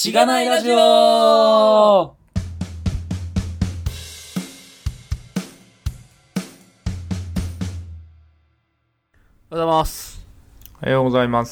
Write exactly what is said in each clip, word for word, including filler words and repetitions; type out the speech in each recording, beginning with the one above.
しがないラジオ。おはようございます。 おはようございます。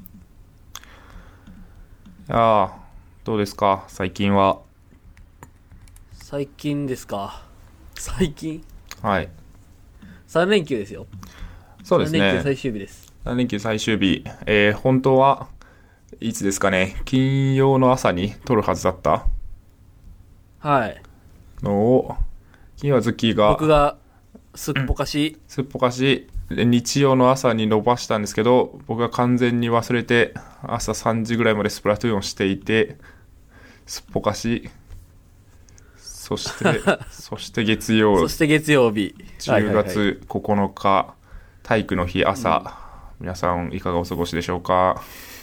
いやー、どうですか最近は。 最近ですか。最近はい。 さん連休ですよ。 そうですね。 さん連休最終日です。 さん連休最終日。えー、本当はいつですかね。金曜の朝に撮るはずだったはいのを、金曜はズッキーが僕がすっぽかし、 すっぽかし、で日曜の朝に伸ばしたんですけど、僕が完全に忘れて朝さんじぐらいまでスプラトゥーンをしていて、すっぽかし、そしてそして月曜そして月曜日じゅうがつここのか、体育の日朝、うん、皆さんいかがお過ごしでしょうか。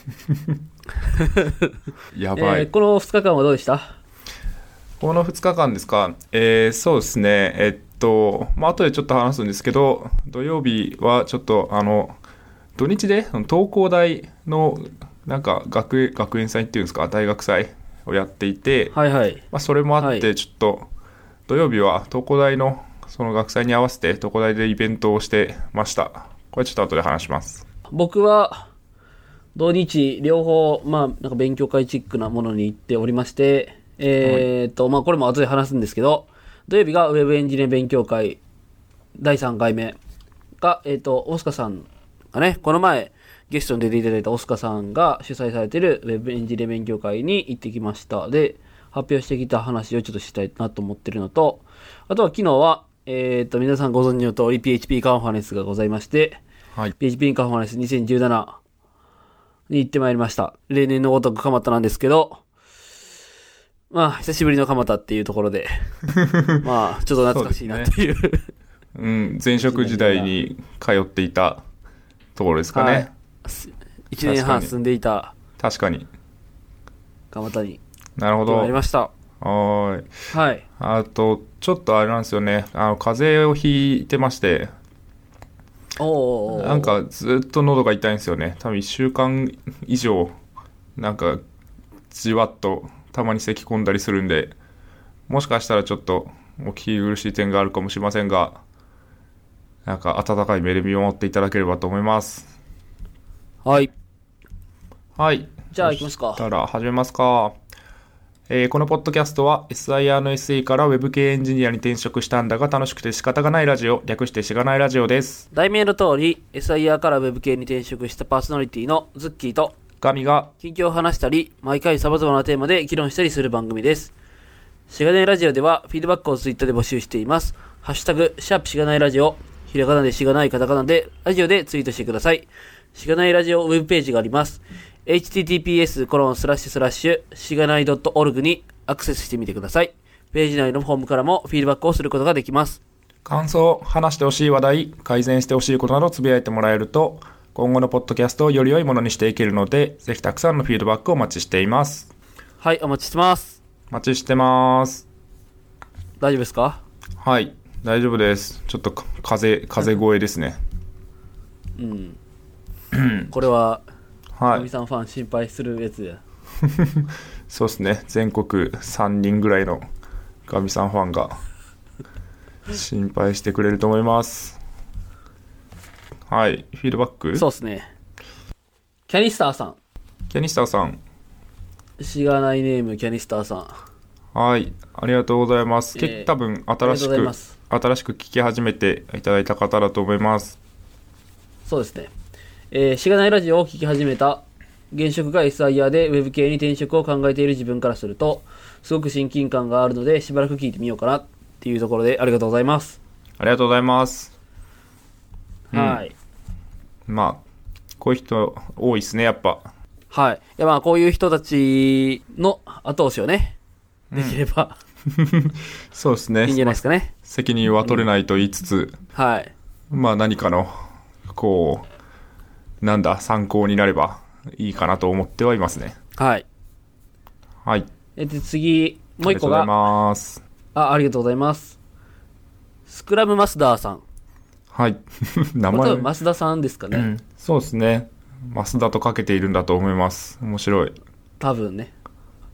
やばい、 えー、このふつかかんはどうでした？ このふつかかんですか。えー、そうですね。えっとまあ後でちょっと話すんですけど、土曜日はちょっとあの土日で東工大のなんか 学, 学園祭っていうんですか、大学祭をやっていて、 はいはい、 まあ、それもあってはい、 ちょっと土曜日は東工大のその学祭に合わせて東工大でイベントをしてました。これちょっと後で話します。 僕は土日両方、まあ、なんか勉強会チックなものに行っておりまして、えーっと、まあ、これも後で話すんですけど、土曜日がウェブエンジニア勉強会だいさんかいめが、えーっと、オスカさんがね、この前ゲストに出ていただいたオスカさんが主催されているウェブエンジニア勉強会に行ってきました。で、発表してきた話をちょっとしたいなと思ってるのと、あとは昨日は、えーっと、皆さんご存知の通り ピーエイチピー カンファレンスがございまして、 はい、 ピーエイチピー カンファレンスにせんじゅうななに行ってまいりました。例年のごとく蒲田なんですけど、まあ、久しぶりの蒲田っていうところで、まあ、ちょっと懐かしいなっていう。 そうですね。うん、前職時代に通っていたところですかね。はい、 いちねんはん住んでいた。 確かに。 蒲田に。 なるほど。 ありました。 はい。 はい。 あと、ちょっとあれなんですよね。あの、風邪をひいてまして、 おー。 なんかずっと喉が痛いんですよね。多分いっしゅうかん以上、なんかじわっとたまに咳込んだりするんで、もしかしたらちょっとお聞き苦しい点があるかもしれませんが、なんか温かい目で見守っていただければと思います。 はい。 はい。 じゃあ行きますか。 そしたら始めますか。えー、このポッドキャストは エスアイアール の エスイー から Web 系エンジニアに転職したんだが楽しくて仕方がないラジオ、略してしがないラジオです。 題名の通り エスアイアール から Web 系に転職したパーソナリティのズッキーとガミが近況を話したり、毎回様々なテーマで議論したりする番組です。しがないラジオではフィードバックをツイッターで募集しています。ハッシュタグシャープしがないラジオ、ひらがなでしがないカタカナでラジオでツイートしてください。しがないラジオウェブページがあります。エイチティーティーピーエスコロンスラッシュスラッシュしがない .org にアクセスしてみてください。ページ内のフォームからもフィードバックをすることができます。 感想、話してほしい話題、改善してほしいことなどつぶやいてもらえると、今後のポッドキャストをより良いものにしていけるので、ぜひたくさんのフィードバックをお待ちしています。 はい、お待ちしてます。 お待ちしてます。 大丈夫ですか？ はい、大丈夫です。ちょっと風、風声ですね。 うん。これは、 はい。 ガミさんファン心配するやつや。 そうですね。全国さんにんぐらいのガミさんファンが心配してくれると思います。はい。フィードバック？ そうですね。キャニスターさん。 キャニスターさん。 しがないネームキャニスターさん。 はい。ありがとうございます。 えー、 結多分新しく新しく聞き始めていただいた方だと思います。 そうですね。えー、しがないラジオを聞き始めた現職が エスアイアール で Web 系に転職を考えている自分からするとすごく親近感があるのでしばらく聞いてみようかなっていうところでありがとうございます。 ありがとうございます。 はい、 うん、まあこういう人多いですねやっぱ。 はい。いやまあこういう人たちの後押しをねできれば、 うん、そうですね。 いいんじゃないですかね。 責任は取れないと言いつつ、うん、 はいまあ何かのこうなんだ参考になればいいかなと思ってはいますね。 はいはい。 えで次もう一個がありがとうございます。 あありがとうございます。スクラムマスダーさん。 はい名前多分増田さんですかね、うん、 そうですね。増田とかけているんだと思います。面白い。 多分ね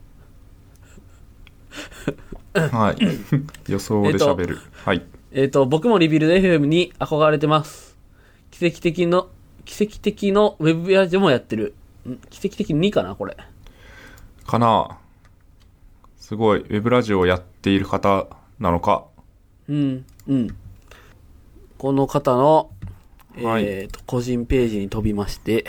はい予想で喋る、はい。 えっと僕もリビルド エフエム に憧れてます。奇跡的の奇跡的のウェブラジオもやってる。ん奇跡的にかなこれかな。すごいウェブラジオをやっている方なのか。 うんうんこの方の、 はい、 えーと個人ページに飛びまして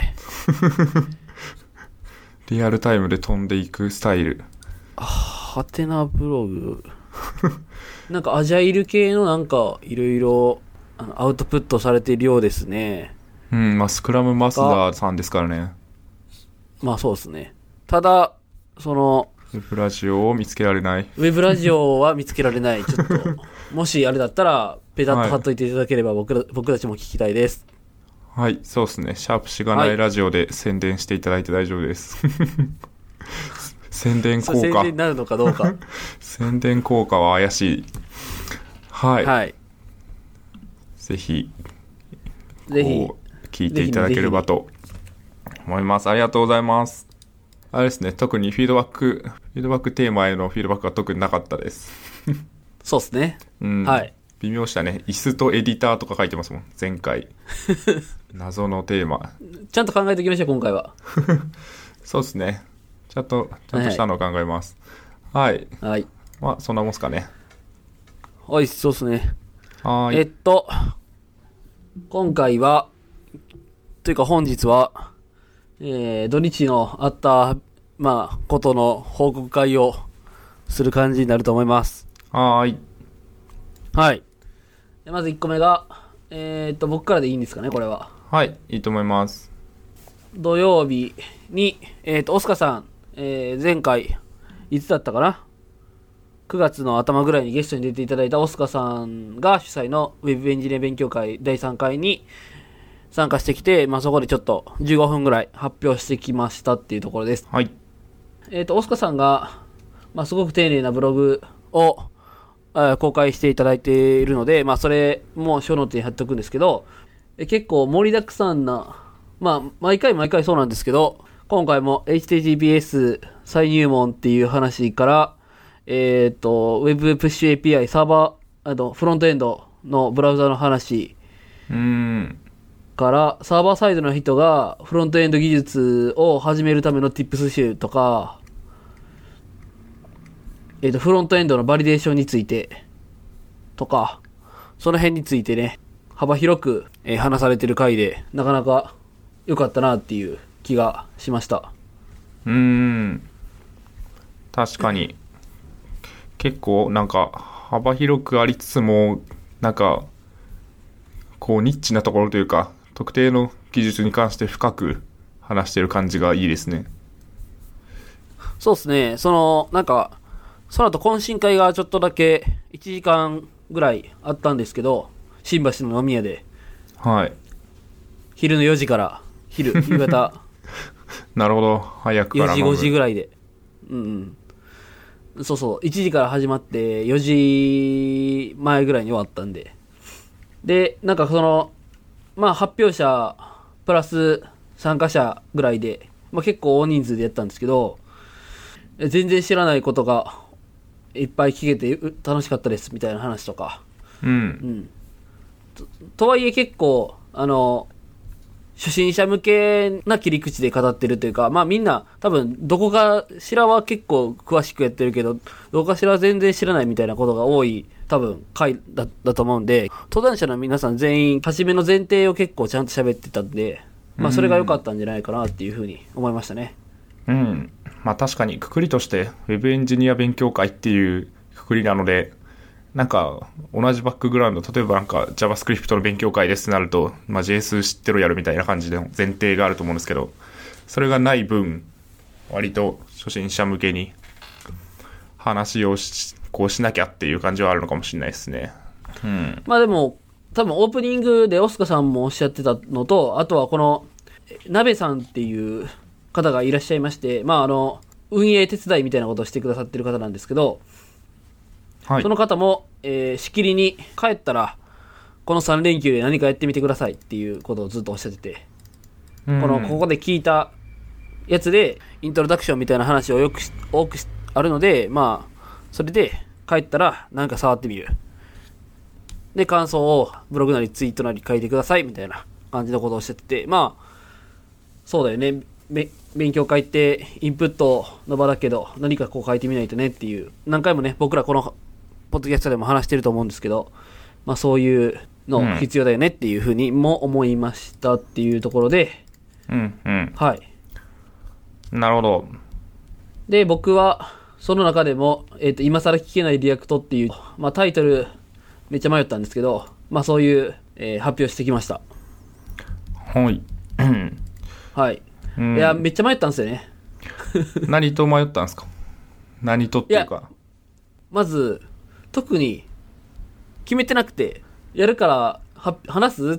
リアルタイムで飛んでいくスタイル。 はてなブログなんかアジャイル系のなんかいろいろアウトプットされているようですね。 うん、まあスクラムマスターさんですからね。 まあそうですね。ただそのウェブラジオを見つけられない。 ウェブラジオは見つけられない。ちょっともしあれだったらペタッと貼っといていただければ僕ら、はい、僕たちも聞きたいです。 はい、そうですね。シャープしがないラジオで宣伝していただいて大丈夫です。はい宣伝効果宣伝になるのかどうか宣伝効果は怪しい。はい、はい、ぜひぜひ聞いていただければと思います。ありがとうございます。あれですね、特にフィードバックフィードバックテーマへのフィードバックは特になかったですそうですね、 うん、はい微妙したね。椅子とエディターとか書いてますもん前回謎のテーマちゃんと考えておきましょう今回はそうですね。ちゃんと、ちゃんとしたのを考えます。はい。 はい。 まあ、そんなもんすかね。 はい、そうですね。 はい。 えっと、今回は、というか本日は、えー、土日のあった、まあ、ことの報告会をする感じになると思います。 はい。 はい。まずいっこめが、えー、っと、僕からでいいんですかね、これは。 はい、いいと思います。 土曜日に、えー、っと、オスカさん、えー、前回、いつだったかなくがつの頭ぐらいにゲストに出ていただいたオスカさんが主催のウェブエンジニア勉強会だいさんかいに参加してきて、まあ、そこでちょっとじゅうごふんぐらい発表してきましたっていうところです。 はい。 えっと、オスカさんが、まあ、すごく丁寧なブログを公開していただいているので、まあ、それもショーノートに貼っておくんですけど、え結構盛りだくさんな、まあ、毎回毎回そうなんですけど、今回も エイチティーティーピーエス 再入門っていう話から、えっと、Web プッシュ エーピーアイ、サーバー、あの、フロントエンドのブラウザの話うーんから、サーバーサイドの人がフロントエンド技術を始めるための Tips 集とか、えっと、フロントエンドのバリデーションについてとか、その辺についてね、幅広く、えー、話されてる回で、なかなか良かったなっていう気がしました。 うーん確かに結構なんか幅広くありつつもなんかこうニッチなところというか特定の技術に関して深く話してる感じがいいですね。 そうですね。そのなんかその後懇親会がちょっとだけいちじかんぐらいあったんですけど、新橋の飲み屋で、 はい、 昼のよじから昼夕方なるほど、早くから飲むよじごじぐらいで、うんうん、そうそういちじから始まってよじまえぐらいに終わったんで、でなんかそのまあ発表者プラス参加者ぐらいで、まあ、結構大人数でやったんですけど、全然知らないことがいっぱい聞けて楽しかったですみたいな話とか、 うん、うん、 と, とはいえ結構あの初心者向けな切り口で語ってるというか、まあみんな多分どこかしらは結構詳しくやってるけど、どこかしらは全然知らないみたいなことが多い多分回 だ, だと思うんで、登壇者の皆さん全員初めの前提を結構ちゃんと喋ってたんで、まあそれが良かったんじゃないかなっていうふうに思いましたね。 うん、まあ確かにくくりとしてウェブエンジニア勉強会っていうくくりなので、なんか同じバックグラウンド、例えばなんか JavaScript の勉強会ですってなると、まあ、ジェイエス 知ってるやるみたいな感じで前提があると思うんですけど、それがない分割と初心者向けに話をしこうしなきゃっていう感じはあるのかもしれないですね。うん、 まあでも多分オープニングでオスカさんもおっしゃってたのと、あとはこの鍋さんっていう方がいらっしゃいまして、まああの運営手伝いみたいなことをしてくださってる方なんですけど、はい、その方も、えー、しきりに帰ったらこのさん連休で何かやってみてくださいっていうことをずっとおっしゃってて、このここで聞いたやつでイントロダクションみたいな話をよく多くあるので、まあそれで帰ったらなんか触ってみる。で、感想をブログなりツイートなり書いてくださいみたいな感じのことをしてて、まあ、そうだよね。勉強会ってインプットの場だけど、何かこう書いてみないとねっていう、何回もね、僕らこのポッドキャストでも話してると思うんですけど、まあそういうの必要だよねっていうふうにも思いましたっていうところで、 うんうん。 はい。 なるほど。 で、僕は、その中でも、えっと、今更聞けないリアクトっていう、まあタイトル、めっちゃ迷ったんですけど、まあそういう、えー発表してきました。 はい。 はい。 うん、 いや、めっちゃ迷ったんですよね。 何と迷ったんですか？何とっていうか。 まず、特に、決めてなくて、やるから、は、話すって、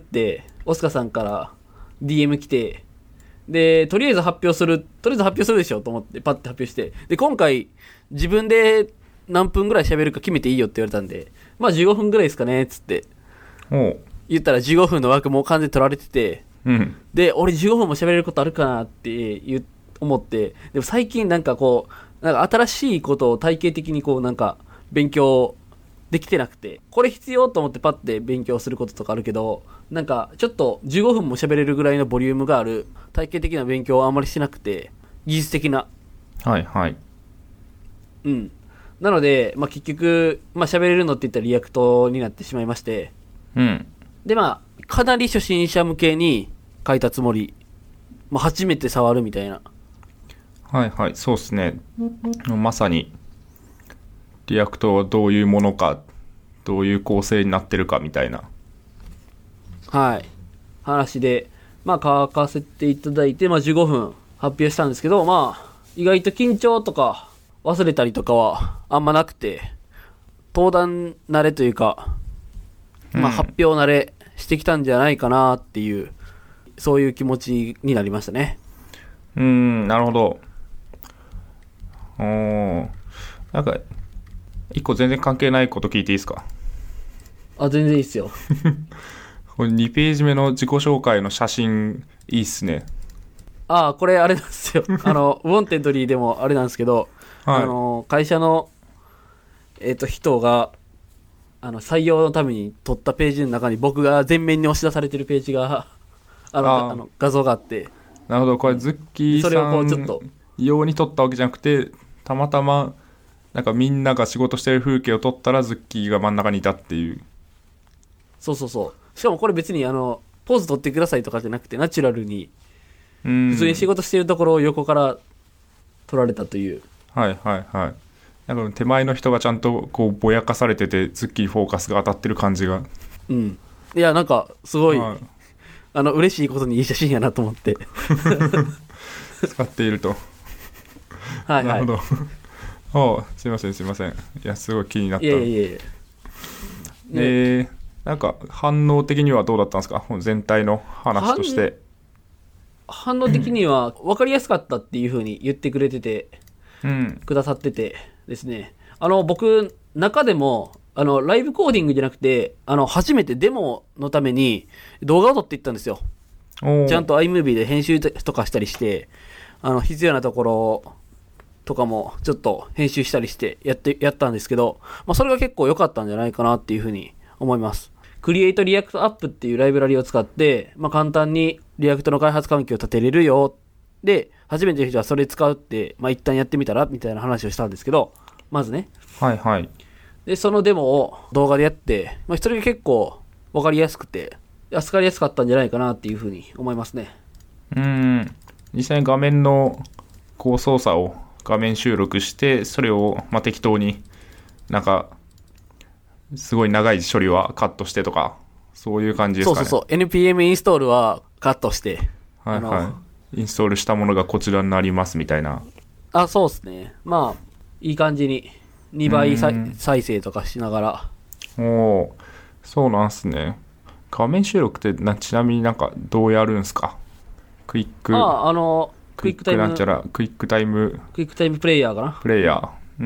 オスカさんから ディーエム 来て、で、とりあえず発表する、とりあえず発表するでしょと思って、パッて発表して、で、今回、自分で何分ぐらい喋るか決めていいよって言われたんで、まあじゅうごふんぐらいですかね、つって、 おう言ったらじゅうごふんの枠もう完全に取られてて、 うん。 で、俺じゅうごふんも喋れることあるかなって言う思って、でも最近なんかこう、なんか新しいことを体系的にこうなんか勉強できてなくて、これ必要と思ってパッて勉強することとかあるけど、なんかちょっとじゅうごふんも喋れるぐらいのボリュームがある体系的な勉強はあんまりしてなくて、技術的な。 はいはい。 うん。なので、まあ結局、まあ喋れるのって言ったらリアクトになってしまいまして、 うん。 でまあ、かなり初心者向けに書いたつもり。まあ初めて触るみたいな。 はいはい。そうですね。まさに、リアクトはどういうものか、どういう構成になってるかみたいな。 はい。話で、まあ書かせていただいて、まあじゅうごふん発表したんですけど、まあ、意外と緊張とか忘れたりとかはあんまなくて、登壇慣れというか、まあ発表慣れしてきたんじゃないかなっていう、そういう気持ちになりましたね。 うーん、なるほど。おー。なんか、一個全然関係ないこと聞いていいですか？ あ、全然いいっすよ。 これにページ目の自己紹介の写真、いいっすね。 ああ、これあれなんですよ。あの、ウォンテッドリーでもあれなんですけど、 はい、 あの、会社の、えっと、人が、あの、採用のために撮ったページの中に僕が全面に押し出されてるページが、あの、 ああの画像があって。 なるほど、これズッキーそれをこうちょさんっと用に撮ったわけじゃなくて、たまたま、なんかみんなが仕事してる風景を撮ったらズッキーが真ん中にいたっていう。 そうそうそう。しかもこれ別にあの、ポーズ撮ってくださいとかじゃなくて、ナチュラルに、 うん普通に仕事してるところを横から撮られたという。 はいはいはい。なんか手前の人がちゃんとこうぼやかされてて、ズッキーフォーカスが当たってる感じが。 うん。いや、なんか、すごい、 はい、 あの、嬉しいことにいい写真やなと思って。 使っていると。 はいはい。 なるほど。おすいませんすいません。いや、すごい気になった。 いやいやいや。 えー、なんか反応的にはどうだったんですか？全体の話として。 反応的には分かりやすかったっていう風に言ってくれてて、 うん、 くださっててですね。あの、僕、中でも、あの、ライブコーディングじゃなくて、あの、初めてデモのために動画を撮っていったんですよ。ちゃんと iMovie で編集とかしたりして、あの、必要なところとかもちょっと編集したりしてやって、やったんですけど、まあ、それが結構良かったんじゃないかなっていう風に思います。クリエイトリアクトアップっていうライブラリを使って、まあ、簡単にリアクトの開発環境を立てれるよ。で、初めての人はそれ使うって、まあ、一旦やってみたらみたいな話をしたんですけど、まずね。 はいはい。 で、そのデモを動画でやって、まあ、それが結構わかりやすくて、扱いやすかったんじゃないかなっていうふうに思いますね。 うーん。実際に画面のこう操作を画面収録して、それをまあ適当になんか、すごい長い処理はカットしてとか、そういう感じですかね。 そうそうそう。エヌピーエム インストールはカットして。 はいはい。インストールしたものがこちらになりますみたいな。 あ、そうですね。まあ、いい感じににばい再生とかしながら。 おお、そうなんすね。画面収録ってな、ちなみになんかどうやるんすか？クイック。 ああ、あの、 クイックなんちゃら、クイックタイム。 クイックタイムプレイヤーかな。 プレイヤー。うん、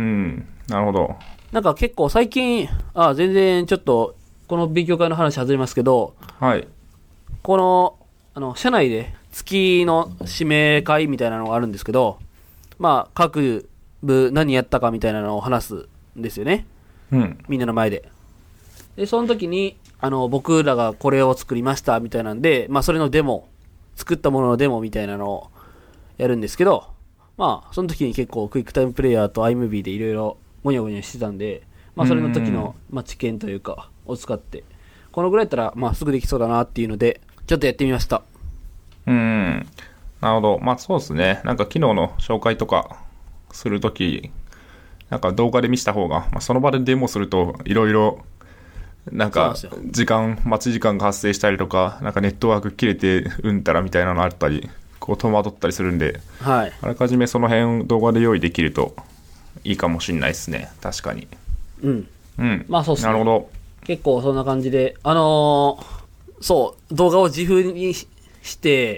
なるほど。 なんか結構最近、あ、全然ちょっと、この勉強会の話外れますけど、 はい。 この、あの、社内で月の指名会みたいなのがあるんですけど、まあ、各部何やったかみたいなのを話すんですよね。 うん。 みんなの前で。で、その時に、あの、僕らがこれを作りましたみたいなんで、まあそれのデモ、作ったもののデモみたいなのをやるんですけど、まあその時に結構クイックタイムプレイヤーと iMovie でいろいろゴニョゴニョしてたんで、まあそれの時の、まあ、知見というか、を使って、このぐらいだったら、まあすぐできそうだなっていうので、ちょっとやってみました。 うん。なるほど。まあそうですね。なんか機能の紹介とかするとき、なんか動画で見せた方が、まあ、その場でデモするといろいろなんか時間待ち時間が発生したりとか、なんかネットワーク切れてうんたらみたいなのあったり、こう戸惑ったりするんで、 はい、 あらかじめその辺動画で用意できるといいかもしれないですね。確かに。 うんうん。 まあそうっすね。 なるほど。 結構そんな感じで、あのー、そう動画を自負にして、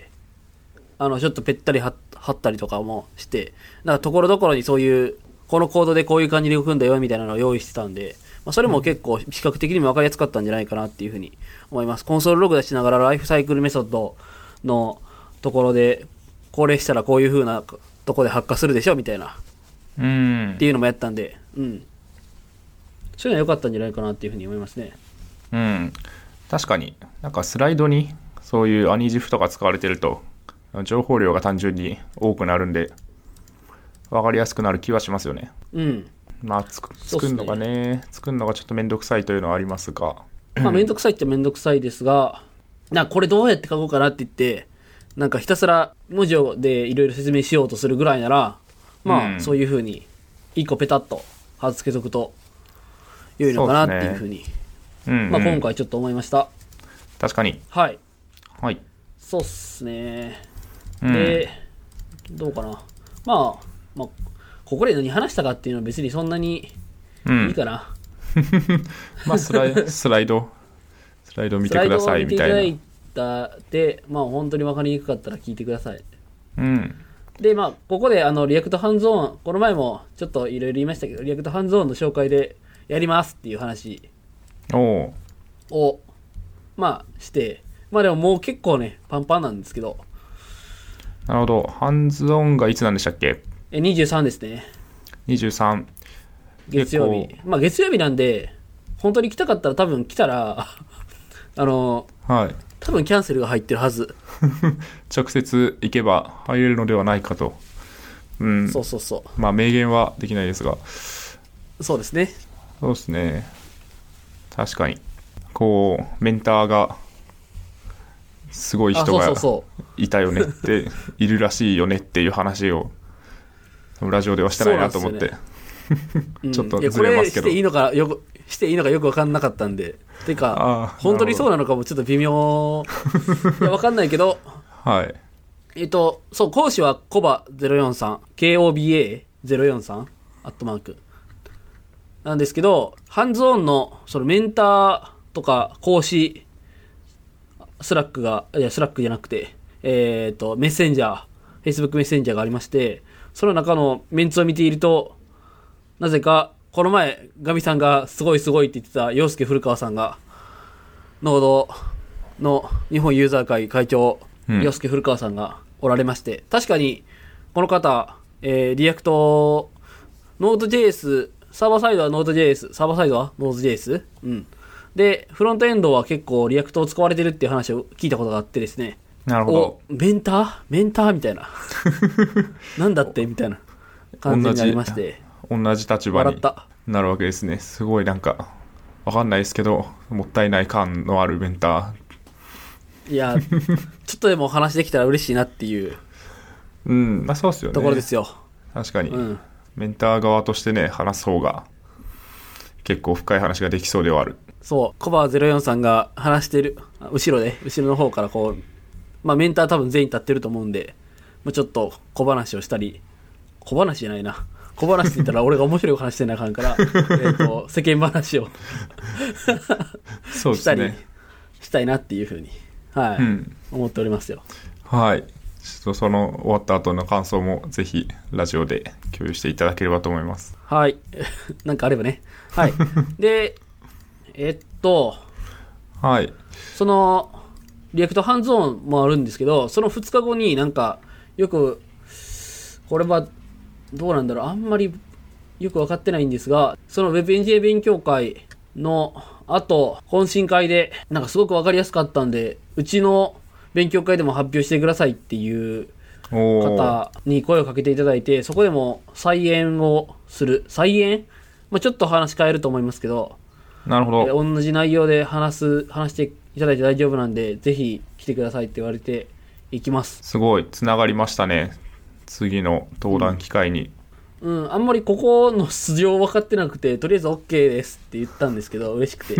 あのちょっとぺったり貼ったりとかもして、なんかところどころにそういうこのコードでこういう感じで動くんだよみたいなのを用意してたんで、まあ、それも結構比較的にも分かりやすかったんじゃないかなっていうふうに思います。コンソールログ出しながらライフサイクルメソッドのところで、これしたらこういう風なとこで発火するでしょみたいな、 うんっていうのもやったんで、うん、そういうのは良かったんじゃないかなっていうふうに思いますね。 うん。確かになんかスライドにそういうアニジフとか使われてると情報量が単純に多くなるんで分かりやすくなる気はしますよね。 うん。 まあつく作るのがね、作るのがちょっとめんどくさいというのはありますが、 まあめんどくさいっちゃめんどくさいですが、なこれどうやって書こうかなって言ってなんかひたすら文字でいろいろ説明しようとするぐらいなら、まあ、うん、そういう風に一個ペタッと貼っつけとくと良いのかなっていう風に、うんうん、まあ今回ちょっと思いました。 確かに。 はいはい。 そうっすね。で、うん、どうかな。まあまあここで何話したかっていうのは別にそんなにいいかな。 うん、まあスライスライドスライド見てくださいみたいな。 スライドを見ていただいたで、まあ本当に分かりにくかったら聞いてください。 うん。 でまあここであのリアクトハンズオン、この前もちょっといろいろ言いましたけど、リアクトハンズオンの紹介でやりますっていう話ををまあして、まあでももう結構ねパンパンなんですけど。 なるほど。ハンズオンがいつなんでしたっけ？ えにじゅうさんですね。 にじゅうさん。 月曜日。まあ月曜日なんで本当に来たかったら多分来たらあの、 はい、 多分キャンセルが入ってるはず。 直接行けば入れるのではないかと。うん。 そうそうそう。 まあ明言はできないですが。 そうですね。 そうですね。確かにこうメンターがすごい人がいたよねっているらしいよねっていう話をラジオではしてないなと思って、ね、ちょっとずれますけど、 これしていいのかよくしていいのかよく分かんなかったんで、てか本当にそうなのかもちょっと微妙いや分かんないけど、 はい、 えっとそう講師はコバゼロよんさん ケーオービーエーゼロよんさん アットマークなんですけど、ハンズオンのそのメンターとか講師スラックが、いやスラックじゃなくて、えっとメッセンジャー、Facebook メッセンジャーがありまして、その中のメンツを見ていると、なぜかこの前ガミさんがすごいすごいって言ってた陽介古川さんが、ノードの日本ユーザー会会長、陽、うん、介古川さんがおられまして、確かにこの方、えー、リアクトノード ジェイエス、サーバーサイドは Node.js、サーバーサイドは Node.js、うん。で、フロントエンドは結構リアクトを使われてるっていう話を聞いたことがあってですね。 なるほど。 メンターメンターみたいな。なんだってみたいな感じになりまして。 同じ、同じ立場になるわけですね。すごいなんか、わかんないですけど、もったいない感のあるメンター。いや、ちょっとでもお話できたら嬉しいなっていう。 うん、まあそうっすよね。 ところですよ。 確かに。うん、メンター側としてね話す方が結構深い話ができそうではある。 そうコバゼロよんさんが話してる後ろで後ろの方からこう、まあ、メンター多分全員立ってると思うんで、もうちょっと小話をしたり、小話じゃないな小話って言ったら俺が面白い話してなあかんからえと世間話をそうですね、 したりしたいなっていうふうに、はい、うん、思っておりますよ。 はい、ちょっとその終わった後の感想もぜひラジオで共有していただければと思います。 はいなんかあればね。はいでえっとはいそのリアクトハンズオンもあるんですけど、そのふつかごになんかよくこれはどうなんだろう、あんまりよく分かってないんですが、その Web エンジニア勉強会の後、懇親会で、なんかすごく分かりやすかったんで、うちの勉強会でも発表してくださいっていう方に声をかけていただいて、そこでも再演をする。再演、まあ、ちょっと話変えると思いますけど、 なるほど。 えー同じ内容で話す、話していただいて大丈夫なんで、ぜひ来てくださいって言われて行きます。 すごい、つながりましたね。次の登壇機会に。 うん、あんまりここの素性分かってなくて、とりあえず OK ですって言ったんですけど、嬉しくて。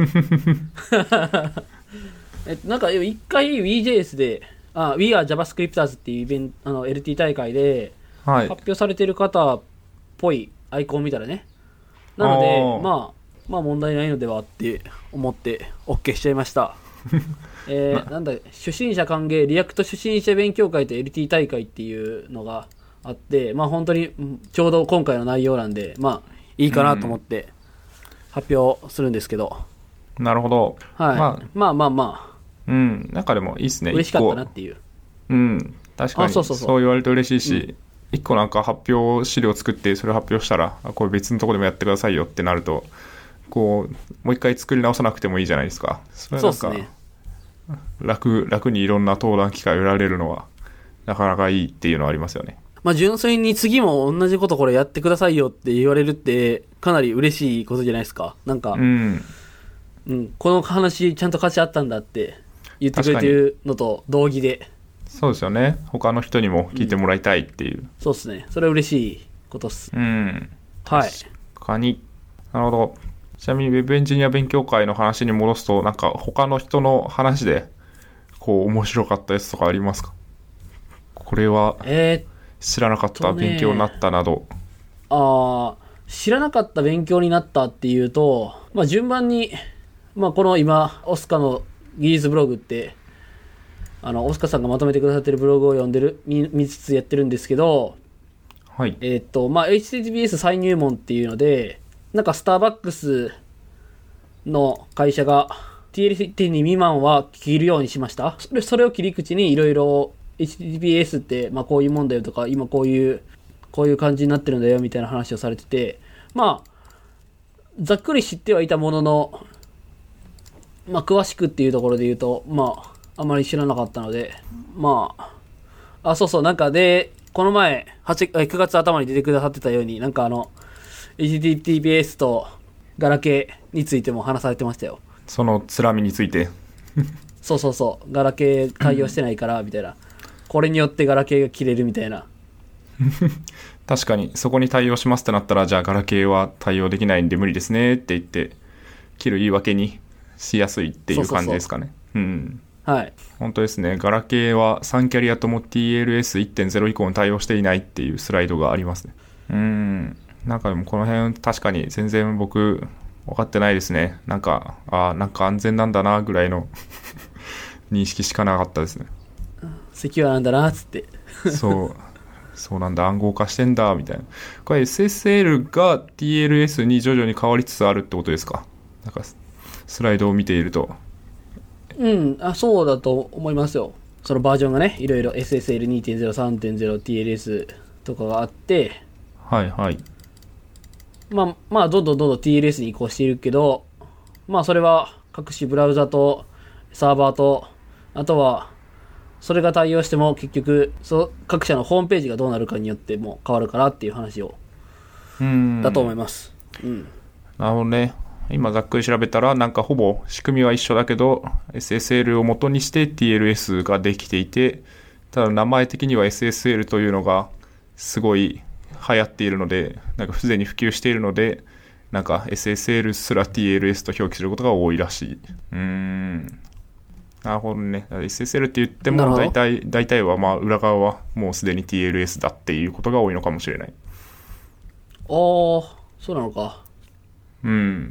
えっと、なんか一回 ウィージェイエス で、あ、We are JavaScripters っていうイベント、あの エルティー 大会ではい。 発表されてる方っぽいアイコン見たらね。なので、 あーまあ、まあ問題ないのではって思って OK しちゃいました。えー、なんだ、初心者歓迎リアクト初心者勉強会と エルティー 大会っていうのがあって、まあ本当にうんちょうど今回の内容なんで、まあいいかなと思って発表するんですけど、 なるほど。 はい。 まあ、 まあまあまあ、 うん。なんかでもいいっすね。 嬉しかったな一っていう。 個うん。確かに。 あそうそうそうそう言われると嬉しいし、一個なんか発表資料作ってそれを発表したら、あこれ別のとこでもやってくださいよってなると、こう、もう一回作り直さなくてもいいじゃないですか。それはなんか、 そうっすね。 楽、楽にいろんな登壇機会を得られるのは、なかなかいいっていうのはありますよね。 まあ純粋に次も同じことこれやってくださいよって言われるってかなり嬉しいことじゃないですか。なんか、 ううん、 ん。 この話ちゃんと価値あったんだって言ってくれてるのと同義で、 そうですよね。他の人にも聞いてもらいたいっていう。 そうっすね。それは嬉しいことっす。 うん。 はい。 他に。なるほど。ちなみに Web エンジニア勉強会の話に戻すと、なんか他の人の話で、こう面白かったやつとかありますか？これはえ知らなかった、 えっとね勉強になったなど。 ー、あー知らなかった勉強になったっていうと、まあ順番に、まあこの今、オスカの技術ブログって、あの、オスカさんがまとめてくださってるブログを読んでる、見見つつやってるんですけど、 はい。 えーっと、まあ、エイチティーティーピーエス 再入門っていうので、なんかスターバックスの会社が ティーエルティー に未満は切るようにしました。それそれを切り口にいろいろ エイチティーティーピーエス って、まあ、こういうもんだよとか、今こういう、こういう感じになってるんだよみたいな話をされてて、まあ、ざっくり知ってはいたものの、まあ、詳しくっていうところで言うと、まあ、あまり知らなかったので、まあ、あ、そうそう、なんかで、この前、はちえくがつ頭に出てくださってたように、なんかあの、エイチティーティーピーエス とガラケーについても話されてましたよ。 そのつらみについて。 そうそうそう、ガラケー対応してないから、みたいな。これによってガラケーが切れるみたいな。 確かに、そこに対応しますってなったら、じゃあガラケーは対応できないんで無理ですねって言って、切る言い訳にしやすいっていう感じですかね。うん。 はい。 本当ですね。ガラケーはさんキャリアとも ティーエルエスいってんゼロ 以降に対応していないっていうスライドがありますね。うーん。なんかでもこの辺確かに全然僕分かってないですね。なんか、ああ、なんか安全なんだなぐらいの認識しかなかったですね。 セキュアなんだな、つって。 そう。そうなんだ、暗号化してんだ、みたいな。これ エスエスエル が ティーエルエス に徐々に変わりつつあるってことですか？なんかスライドを見ていると。 うん、あ、そうだと思いますよ。そのバージョンがね、いろいろ エスエスエルにてんゼロ、さんてんゼロ、ティーエルエス とかがあって、 はいはい。 まあ、まあ、どんどんどんどん ティーエルエス に移行しているけど、まあ、それは各種ブラウザとサーバーと、あとは、それが対応しても結局、そ各社のホームページがどうなるかによっても変わるからっていう話を、 うーん。 だと思います。うん。 なるほどね。今ざっくり調べたら、なんかほぼ仕組みは一緒だけど、エスエスエル を元にして ティーエルエス ができていて、ただ名前的には エスエスエル というのがすごい流行っているので、なんかすでに普及しているので、なんか エスエスエル すら ティーエルエス と表記することが多いらしい。うーん。なるほどね。エスエスエル って言っても大体、大体はまあ裏側はもうすでに ティーエルエス だっていうことが多いのかもしれない。 あー、そうなのか。 うん。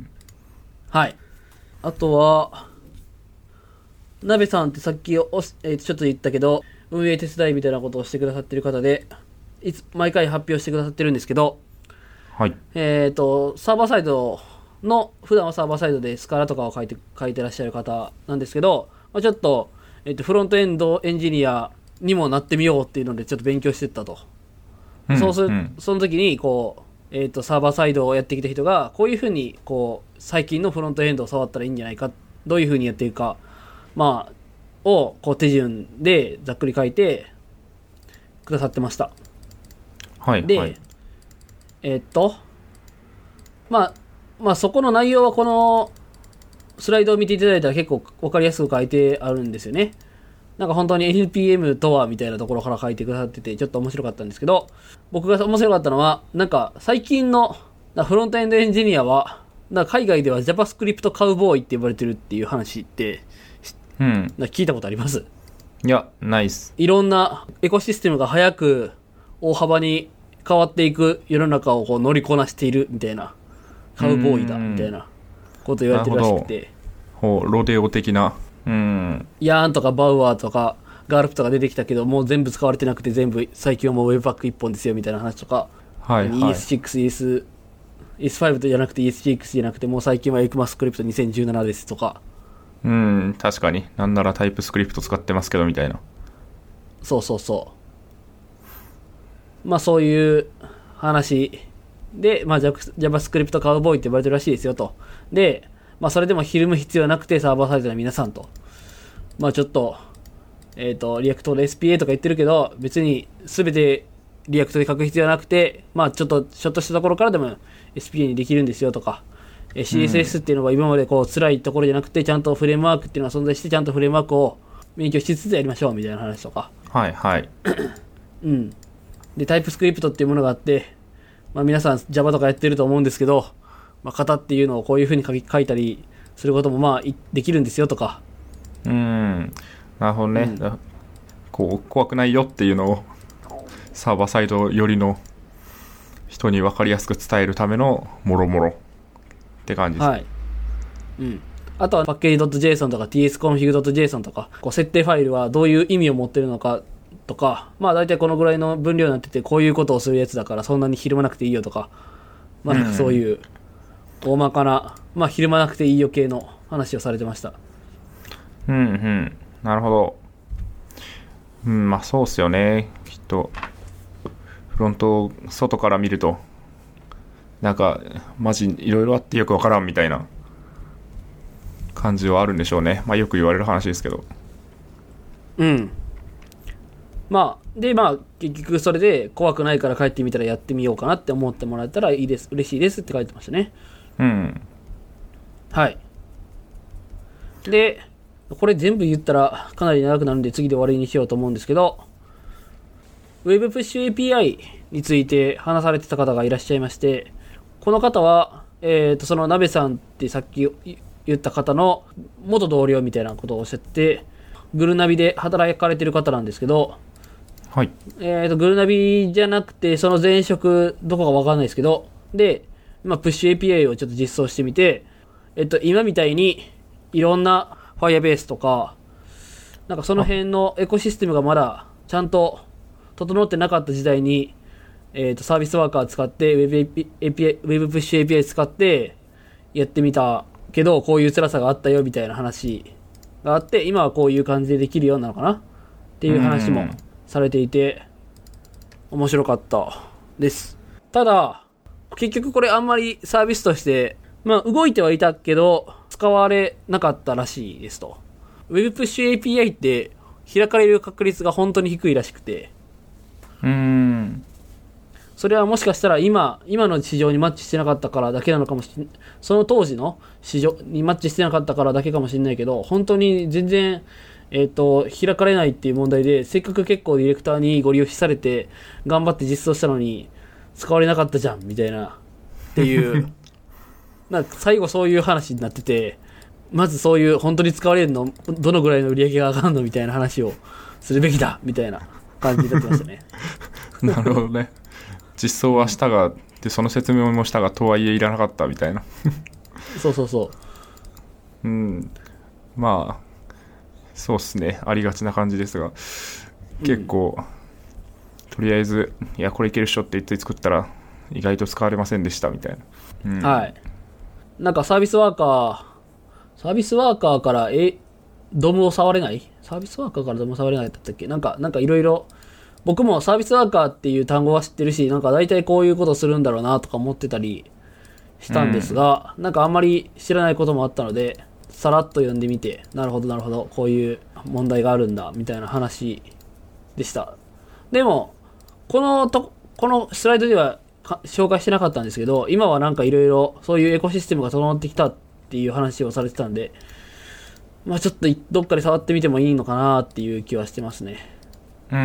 はい。あとは、なべさんってさっきお、えーとちょっと言ったけど、運営手伝いみたいなことをしてくださってる方で、いつ、毎回発表してくださってるんですけど、 はい。 えっ、と、サーバーサイドの、普段はサーバーサイドでスカラとかを書いて、書いてらっしゃる方なんですけど、まあ、ちょっと、えっ、と、フロントエンドエンジニアにもなってみようっていうので、ちょっと勉強してったと。 うんそうする、 うんその時に、こえっと、サーバーサイドをやってきた人が、こういうふうに、こう、最近のフロントエンドを触ったらいいんじゃないか、どういうふうにやっていくか、まあ、を、こう、手順でざっくり書いてくださってました。 はい。 で、 はい、 えっと、まあ、まあ、そこの内容はこのスライドを見ていただいたら結構わかりやすく書いてあるんですよね。なんか本当に エヌピーエム とはみたいなところから書いてくださってて、ちょっと面白かったんですけど、僕が面白かったのは、なんか最近のフロントエンドエンジニアは、なんか海外では JavaScript カウボーイって呼ばれてるっていう話って、 うん。 なんか聞いたことあります？ いや、ないっす。 いろんなエコシステムが早く大幅に変わっていく世の中をこう乗りこなしているみたいな、カウボーイだみたいなこと言われてるらしくて、 ほう、ロデオ的な。うん。 ヤーンとかバウアーとかガールプとか出てきたけど、もう全部使われてなくて、全部最近はもう Webpack 一本ですよみたいな話とか、 はいはい、 イーエスシックス、イーエス、イーエスファイブ じゃなくて イーエスシックス じゃなくて、もう最近は ECMAScript にせんじゅうななですとか。 うん、確かに。なんならタイプスクリプト使ってますけどみたいな。 そうそうそう。まあそういう話で、まあ JavaScript カウボーイって呼ばれてるらしいですよと。で、まあそれでもひるむ必要なくてサーバーサイドの皆さんと。まあちょっと、えっと、リアクトで エスピーエー とか言ってるけど、別に全てリアクトで書く必要はなくて、まあちょっと、ちょっとしたところからでも エスピーエー にできるんですよとか、え シーエスエス っていうのは今までこう辛いところじゃなくて、ちゃんとフレームワークっていうのが存在して、ちゃんとフレームワークを勉強しつつやりましょうみたいな話とか。 はいはい。 うん。で、タイプスクリプトっていうものがあって、まあ皆さん Java とかやってると思うんですけど、まあ型っていうのをこういう風に書き書いたりすることもまあできるんですよとか。 うん。なるほどね。うん、こう、怖くないよっていうのをサーバーサイド寄りの人に分かりやすく伝えるためのもろもろって感じです。 はい。うん。あとはパッケージ .json とか tsconfig.json とか、こう設定ファイルはどういう意味を持ってるのかとか、まあ大体このぐらいの分量になってて、こういうことをするやつだからそんなにひるまなくていいよとか、まあなんかそういう大まかな、まあひるまなくていいよ系の話をされてました。 うんうん。なるほど。うん、まあそうっすよね。きっと、フロント外から見ると、なんか、マジいろいろあってよくわからんみたいな感じはあるんでしょうね。まあよく言われる話ですけど。 うん。まあ、で、まあ、結局それで怖くないから帰ってみたらやってみようかなって思ってもらえたらいいです。嬉しいですって書いてましたね。 うん。 はい。で、これ全部言ったらかなり長くなるんで次で終わりにしようと思うんですけど、Web Push エーピーアイ について話されてた方がいらっしゃいまして、この方は、えっと、その鍋さんってさっき言った方の元同僚みたいなことをおっしゃって、グルナビで働かれてる方なんですけど、 はい。 えっと、グルナビじゃなくて、その前職、どこかわかんないですけど、で、今、プッシュ エーピーアイ をちょっと実装してみて、えっと、今みたいに、いろんな Firebase とか、なんかその辺のエコシステムがまだ、ちゃんと整ってなかった時代に、えっと、サービスワーカー使って、Web エーピーアイ、Web プッシュ エーピーアイ 使って、やってみたけど、こういう辛さがあったよ、みたいな話があって、今はこういう感じでできるようなのかなっていう話もされていて、面白かったです。ただ、結局これあんまりサービスとして、まあ動いてはいたけど、使われなかったらしいですと。Web プッシュ エーピーアイ って開かれる確率が本当に低いらしくて。 うーん。 それはもしかしたら今、今の市場にマッチしてなかったからだけなのかもしれない。その当時の市場にマッチしてなかったからだけかもしれないけど、本当に全然、えっと、開かれないっていう問題で、せっかく結構ディレクターにご利用しされて、頑張って実装したのに、使われなかったじゃん、みたいな、っていう、なんか最後そういう話になってて、まずそういう本当に使われるの、どのぐらいの売り上げが上がるのみたいな話をするべきだ、みたいな感じになってましたね。 なるほどね。実装はしたが、で、その説明もしたが、とはいえいらなかったみたいな。 そうそうそう。 うん。まあ、そうっすね。ありがちな感じですが、結構、うん、とりあえず、いや、これいけるっしょって言って作ったら、意外と使われませんでしたみたいな。 うん、はい。なんかサービスワーカー、サービスワーカーから、え、ドムを触れないサービスワーカーからドムを触れないだったっけなんか、なんかいろいろ、 僕もサービスワーカーっていう単語は知ってるし、なんか大体こういうことするんだろうなとか思ってたりしたんですが、うん、なんかあんまり知らないこともあったので、さらっと読んでみて、なるほどなるほど、こういう問題があるんだ、みたいな話でした。でも、このと、このスライドでは紹介してなかったんですけど、今はなんかいろいろそういうエコシステムが整ってきたっていう話をされてたんで、まあちょっとどっかで触ってみてもいいのかなっていう気はしてますね。 うん。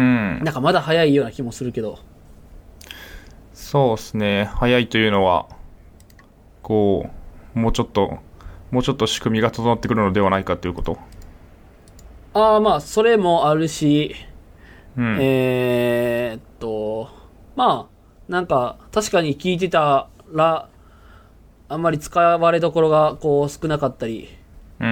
なんかまだ早いような気もするけど。 そうですね。早いというのは、こう、もうちょっと、もうちょっと仕組みが整ってくるのではないかということ。 ああ、まあそれもあるし、 うん、 えーっと、まあ、なんか確かに聞いてたら、あんまり使われどころがこう少なかったり、 うん。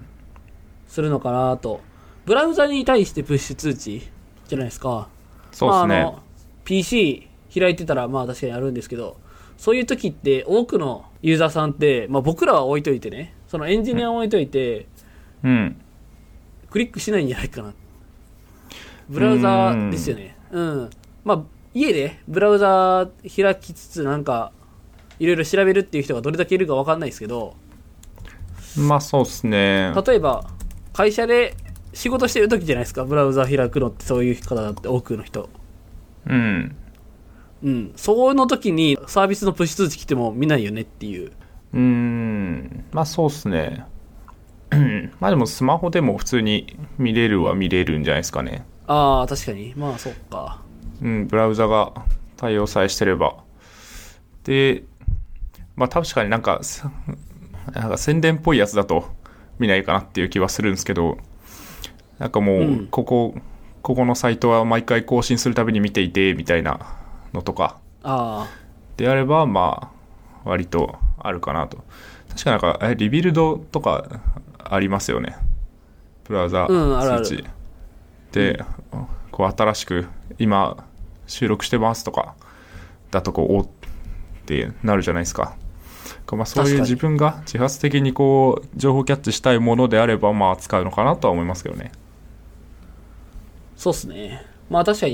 するのかなと。ブラウザに対してプッシュ通知じゃないですか。 そうですね。 まあ、あの ピーシー 開いてたらまあ確かにあるんですけど、そういう時って多くのユーザーさんって、まあ僕らは置いといてね、そのエンジニアを置いといて、 うん。 クリックしないんじゃないかな。ブラウザーですよね。うん。まあ家でブラウザー開きつつなんかいろいろ調べるっていう人がどれだけいるかわかんないですけど、 まあそうですね。 例えば会社で仕事してる時じゃないですか、ブラウザ開くのって。そういう方だって多くの人。 うんうん。その時にサービスのプッシュ通知来ても見ないよねっていう。 うーんまあそうですね。まあでもスマホでも普通に見れるは見れるんじゃないですかね。 ああ、確かに。まあそっか。 うんブラウザが対応さえしてれば。でまあ確かになんかなんか宣伝っぽいやつだと見ないかなっていう気はするんですけど、なんかもうここ、うん、ここのサイトは毎回更新するたびに見ていてみたいなのとかであればまあ割とあるかなと。確かなんかえリビルドとかありますよね、ブラウザ通知、うん、で、うん、こう新しく今収録してますとかだとこうおってなるじゃないですか。まあ、そういう自分が自発的にこう情報キャッチしたいものであればまあ使うのかなとは思いますけどね。 そうっすね。まあ確かに、うん、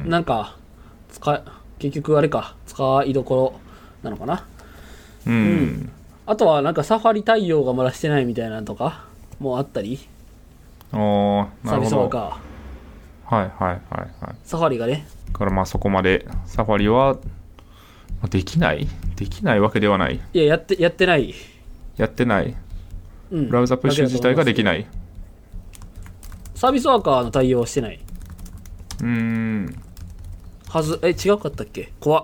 なんか使結局あれか使いどころなのかな。 うん、うん、 あとはなんかサファリ対応がまだしてないみたいなのとかもあったり。 おなるほど。サービスワーカー。はいはいはいはい。 サファリがね。 だからまあそこまでサファリはできないできないわけではない。 いや、やって、やってない。 やってない。うん。ブラウザプッシュ自体ができない。 サービスワーカーの対応してない。 うーん。 はず、え、違うかったっけ？怖っ。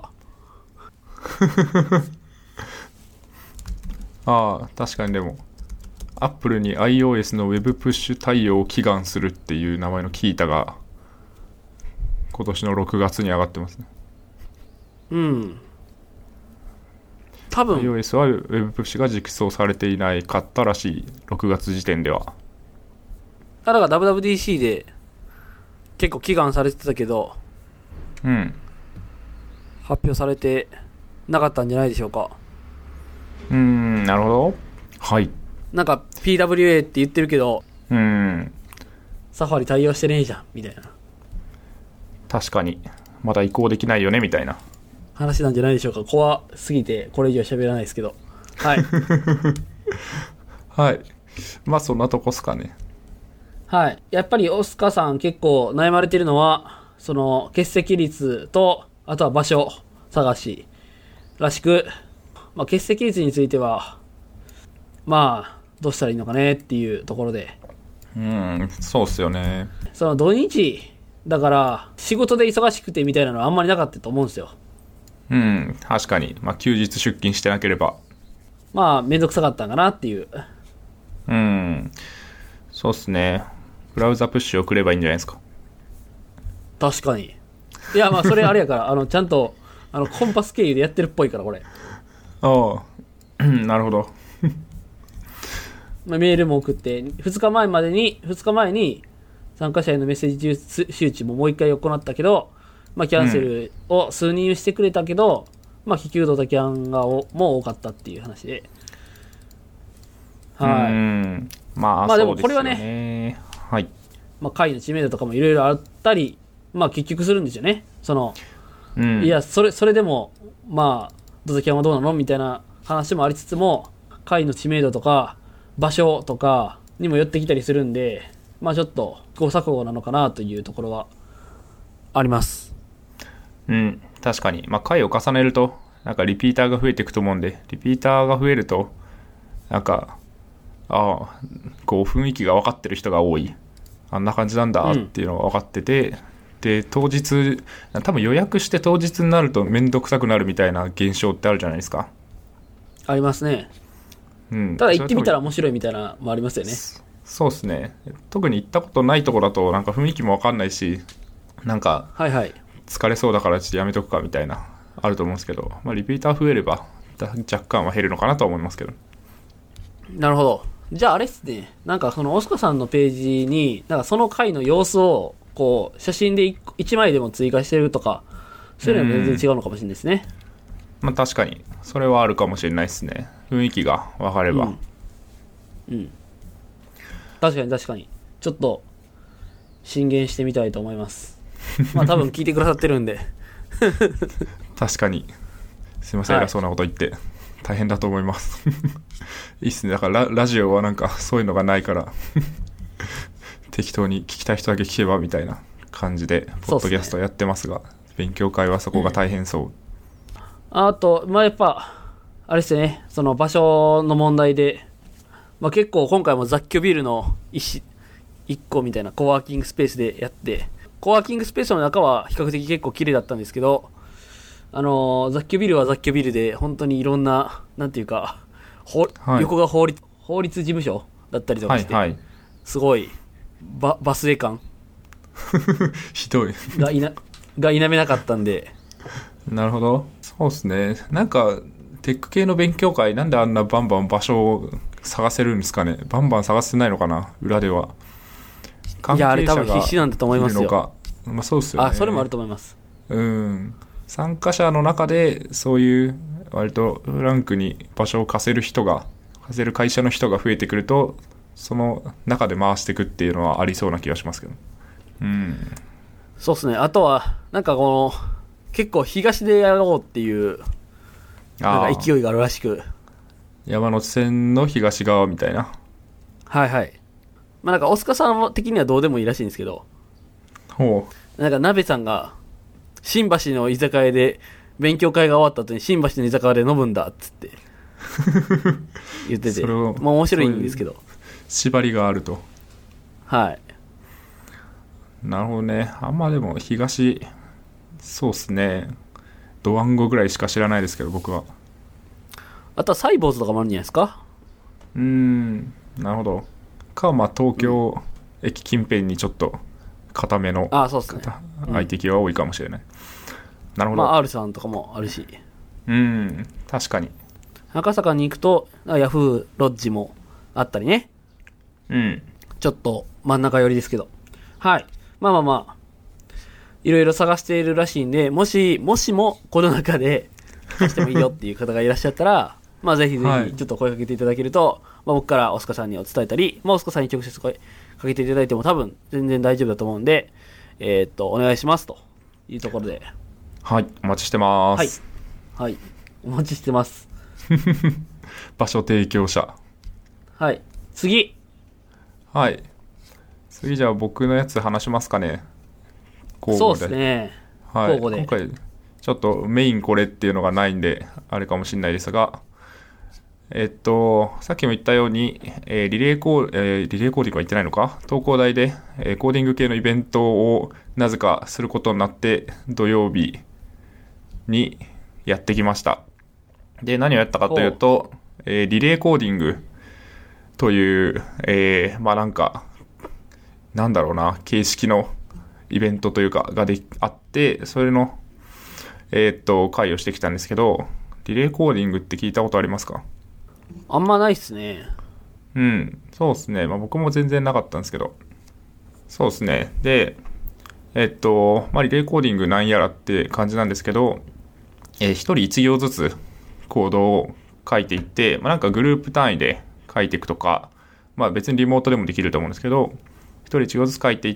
ああ、確かにでも、アップルに iOS の Web プッシュ対応を祈願するっていう名前のキータが、今年のろくがつに上がってますね。 うん。多分 iOS は Web プッシュが実装されていないかったらしい、ろくがつ時点では。 だから ダブリューダブリューディーシー で結構祈願されてたけど、 うん、 発表されてなかったんじゃないでしょうか。 うーん、なるほど。はい。 なんか ピーダブリューエー って言ってるけど、 うーん、 サファリ対応してねえじゃんみたいな。 確かにまだ移行できないよねみたいな話なんじゃないでしょうか。怖すぎてこれ以上喋らないですけど。はい。 はい。まあそんなとこっすかね。 はい。やっぱりオスカさん結構悩まれてるのは、その欠席率と、あとは場所探しらしく、まあ、欠席率については、まあ、どうしたらいいのかねっていうところで。 うん、そうっすよね。 その土日、だから仕事で忙しくてみたいなのはあんまりなかったと思うんですよ。 うん、確かに。まあ、休日出勤してなければ。 まあ、めんどくさかったんかなっていう。 うん、そうっすね。ブラウザプッシュ送ればいいんじゃないですか。 確かに。いや、まあ、それあれやから、あの、ちゃんと、あの、コンパス経由でやってるっぽいから、これ。 ああ、なるほど。 まあ、メールも送って、ふつかまえまでに、ふつかまえに、参加者へのメッセージ周知ももう一回行ったけど、まあ、キャンセルを数人してくれたけど、うん、まあ、気球ドタキャンがも多かったっていう話で。はい。 うんまあ、 まあでもこれはね、 はい。 まあ、会の知名度とかもいろいろあったりまあ結局するんですよね。その、 うん、 いや、それ、それでも、まあ、ドザキャンはどうなのみたいな話もありつつも、会の知名度とか、場所とかにも寄ってきたりするんで、まあちょっと、試行錯誤なのかなというところは、あります。 うん、確かに。まあ回を重ねると、なんかリピーターが増えていくと思うんで、リピーターが増えると、なんか、ああ、こう雰囲気が分かってる人が多い。あんな感じなんだっていうのが分かってて、うん、で、当日、多分予約して当日になるとめんどくさくなるみたいな現象ってあるじゃないですか。 ありますね。 うん。 ただ行ってみたら面白いみたいなのもありますよね。 そうですね。特に行ったことないところだと、なんか雰囲気も分かんないし、なんか、 はいはい。 疲れそうだからちょっとやめとくかみたいな、あると思うんですけど、まあリピーター増えれば、若干は減るのかなとは思いますけど。 なるほど。じゃああれっすね、なんかそのオスカさんのページに、なんかその回の様子を、こう、写真でいちまいでも追加してるとか、そういうのは全然違うのかもしれないですね。 まあ確かに、それはあるかもしれないですね。雰囲気が分かれば。 うん。うん、確かに確かに。ちょっと、進言してみたいと思います。まあ多分聞いてくださってるんで。 確かに。すいません、偉そうなこと言って。大変だと思いますいいっすね。だから ラ, ラジオはなんかそういうのがないから適当に聞きたい人だけ聞けばみたいな感じでポッドキャストやってますが、勉強会はそこが大変そう、うん、 あとまあやっぱあれですよね、その場所の問題で、まあ、結構今回も雑居ビルの一個みたいなコワーキングスペースでやって、コワーキングスペースの中は比較的結構綺麗だったんですけど、あのー、雑居ビルは雑居ビルで本当にいろんななんていうか、はい、横が法律法律事務所だったりとかして、はいはい、すごいババスエ感ひどいがいなが否めなかったんで。 なるほど。そうですね。なんかテック系の勉強会なんであんなバンバン場所を探せるんですかね。バンバン探せないのかな、裏では。 いやあれ多分必死なんだと思いますよ。 まあ、そうですよね。 あ、それもあると思います。 うん。参加者の中でそういう割とフランクに場所を貸せる人が貸せる会社の人が増えてくると、その中で回していくっていうのはありそうな気がしますけど。うん。 そうですね。あとはなんかこの結構東でやろうっていうなんか勢いがあるらしく、 山手線の東側みたいな。 はいはい。まあなんか大塚さん的にはどうでもいいらしいんですけど、 ほう。 なんか鍋さんが新橋の居酒屋で勉強会が終わった後に新橋の居酒屋で飲むんだっつって言ってて、まあ面白いんですけど、 縛りがあると。 はい。 なるほどね。あんまでも東、そうっすね。ドワンゴぐらいしか知らないですけど僕は。 あとはサイボーズとかもあるんじゃないですか。 うーん、なるほど。かまあ東京駅近辺にちょっと固めの、 あ、そうですね、 アイティー系は多いかもしれない。なるほど。 まあ R さんとかもあるし。 うん、確かに。 赤坂に行くとヤフーロッジもあったりね。 うん。 ちょっと真ん中寄りですけど。はい。まあまあまあ、いろいろ探しているらしいんで、もし、もしもこの中で貸してもいいよっていう方がいらっしゃったら、まあぜひぜひちょっと声かけていただけると、はい、まあ僕からオスカさんにお伝えたり、まあオスカさんに直接声かけていただいても多分全然大丈夫だと思うんで、えー、っと、お願いしますというところで。 はい、お待ちしてます。 はい。はい。お待ちしてます。 場所提供者。 はい。次。 はい。次じゃあ僕のやつ話しますかね。 そうですね。 はい。交互で。今回ちょっとメインこれっていうのがないんであれかもしれないですが、えっとさっきも言ったように、えー、リレーコー、えー、リレーコーディングは言ってないのか。東工大で、えー、コーディング系のイベントをなぜかすることになって土曜日にやってきました。で何をやったかというと、えー、リレーコーディングという、えー、まあなんかなんだろうな、形式のイベントというかがであって、それのえー、っと会をしてきたんですけど、リレーコーディングって聞いたことありますか？ あんまないっすね。 うん、そうですね。まあ僕も全然なかったんですけど、そうですね。で、えー、っとまあリレーコーディングなんやらって感じなんですけど、えー、一人一行ずつコードを書いていって、まあなんかグループ単位で書いていくとか、まあ別にリモートでもできると思うんですけど、 一人一行ずつ書いていって、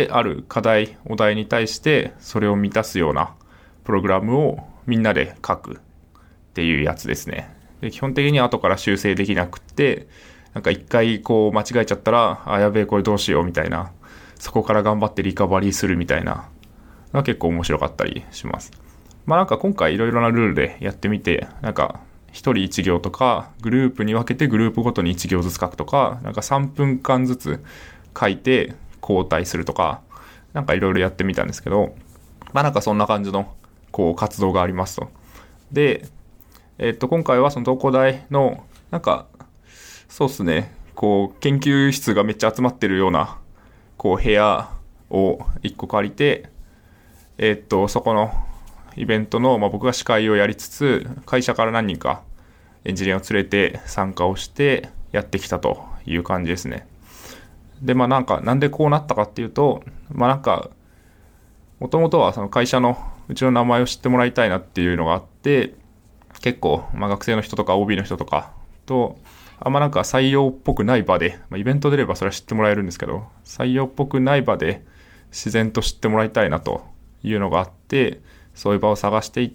ある課題、お題に対してそれを満たすようなプログラムをみんなで書くっていうやつですね。で、基本的に後から修正できなくって、なんか一回こう間違えちゃったら、あ、やべえこれどうしようみたいな、そこから頑張ってリカバリーするみたいなのが結構面白かったりします。まあなんか今回いろいろなルールでやってみて、なんか一人一行とか、グループに分けてグループごとに一行ずつ書くとか、なんかさんぷんかんずつ書いて交代するとか、なんかいろいろやってみたんですけど、まあなんかそんな感じのこう活動がありますと。で、えっと今回はその東工大のなんかそうですね、こう研究室がめっちゃ集まってるようなこう部屋をいっこ借りて、えっとそこのイベントの、まあ、僕が司会をやりつつ、会社から何人かエンジニアを連れて参加をしてやってきたという感じですね。で、まあなんか、なんでこうなったかっていうと、まあなんか、もともとはその会社のうちの名前を知ってもらいたいなっていうのがあって、結構、まあ学生の人とか オービー の人とかと、あんまなんか採用っぽくない場で、まあ、イベント出ればそれは知ってもらえるんですけど、採用っぽくない場で自然と知ってもらいたいなというのがあって、そういう場を探していって、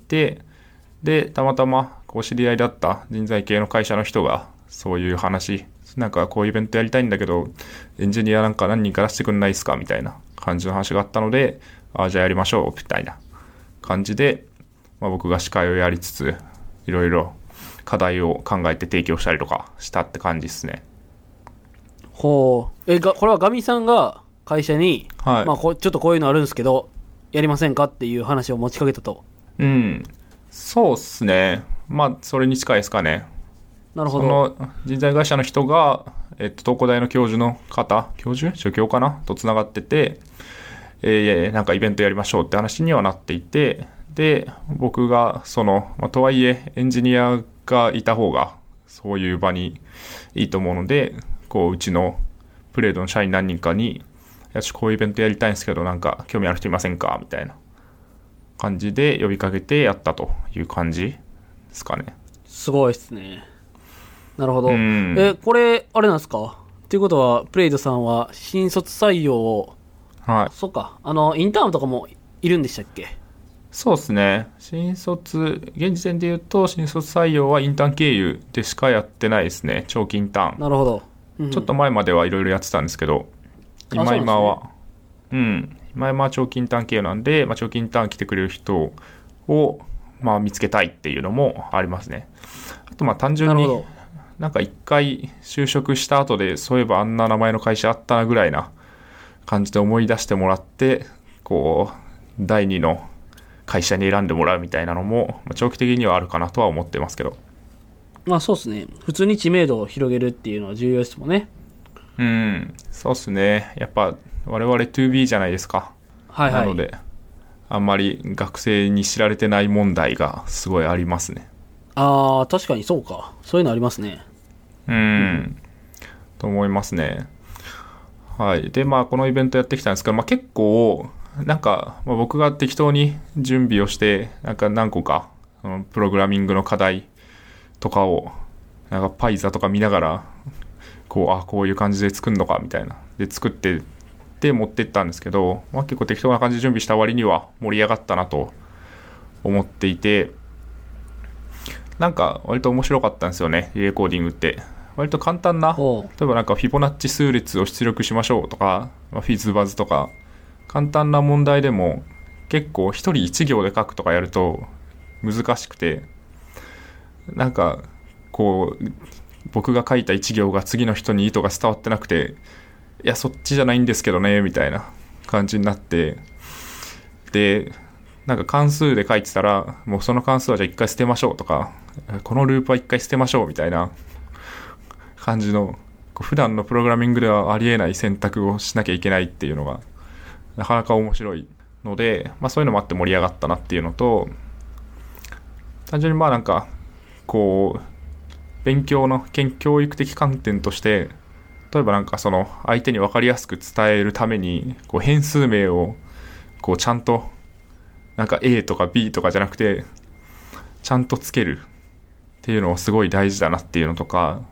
で、たまたまこう知り合いだった人材系の会社の人がそういう話、なんかこういうイベントやりたいんだけど、エンジニアなんか何人か出してくんないですかみたいな感じの話があったので、あ、じゃあやりましょうみたいな感じで、まあ、僕が司会をやりつつ、いろいろ課題を考えて提供したりとかしたって感じですね。 ほう。え、が、これはガミさんが会社に、 はい。 まあこ、ちょっとこういうのあるんですけど、やりませんかっていう話を持ちかけたと。 うん。そうっすね。まあ、それに近いですかね。 なるほど。 その人材会社の人が、えっと、東工大の教授の方、教授助教かなとつながってて、えー、なんかイベントやりましょうって話にはなっていて、で、僕が、その、まあ、とはいえ、エンジニアがいた方が、そういう場にいいと思うので、こう、うちのプレードの社員何人かに、よし、こういうイベントやりたいんですけど、なんか興味ある人いませんかみたいな感じで呼びかけてやったという感じですかね。 すごいですね。なるほど。 うん。 え、これ、あれなんですかっていうことは、プレイドさんは新卒採用を、 はい。 そっか、あの、インターンとかもいるんでしたっけ？ そうですね。新卒、現時点で言うと、新卒採用はインターン経由でしかやってないですね。長期インターン。 なるほど。うんうん、 ちょっと前まではいろいろやってたんですけど、今今は、う, ね、うん、今今は長期インターン経由なんで、まあ、長期インターン来てくれる人を、まあ、見つけたいっていうのもありますね。あとまあ単純になんか一回就職した後でそういえばあんな名前の会社あったなぐらいな感じで思い出してもらって、こうだいにの会社に選んでもらうみたいなのも、まあ、長期的にはあるかなとは思ってますけど。 まあそうですね。普通に知名度を広げるっていうのは重要ですもんね。 うん、そうですね。やっぱ我々 ツービー じゃないですか。 はいはい。 なのであんまり学生に知られてない問題がすごいありますね。 ああ、確かにそうか。そういうのありますね。 うん、うん、と思いますね。はい。で、まあこのイベントやってきたんですけど、まあ結構なんか、まあ、僕が適当に準備をしてなんか何個かプログラミングの課題とかをなんかパイザとか見ながらこうあこういう感じで作るのかみたいなで作ってって持っていったんですけど、まあ、結構適当な感じで準備した割には盛り上がったなと思っていて、なんか割と面白かったんですよね。リレーコーディングって割と簡単な、例えばなんかフィボナッチ数列を出力しましょうとか、まあ、フィズバズとか簡単な問題でも結構一人一行で書くとかやると難しくて、なんかこう僕が書いた一行が次の人に意図が伝わってなくて、いやそっちじゃないんですけどねみたいな感じになって、でなんか関数で書いてたらもうその関数はじゃあ一回捨てましょうとか、このループは一回捨てましょうみたいな感じの、普段のプログラミングではありえない選択をしなきゃいけないっていうのがなかなか面白いので、まあそういうのもあって盛り上がったなっていうのと、単純にまあなんかこう勉強の教育的観点として、例えばなんかその相手に分かりやすく伝えるためにこう変数名をこうちゃんとなんか A とか B とかじゃなくてちゃんとつけるっていうのをすごい大事だなっていうのとか、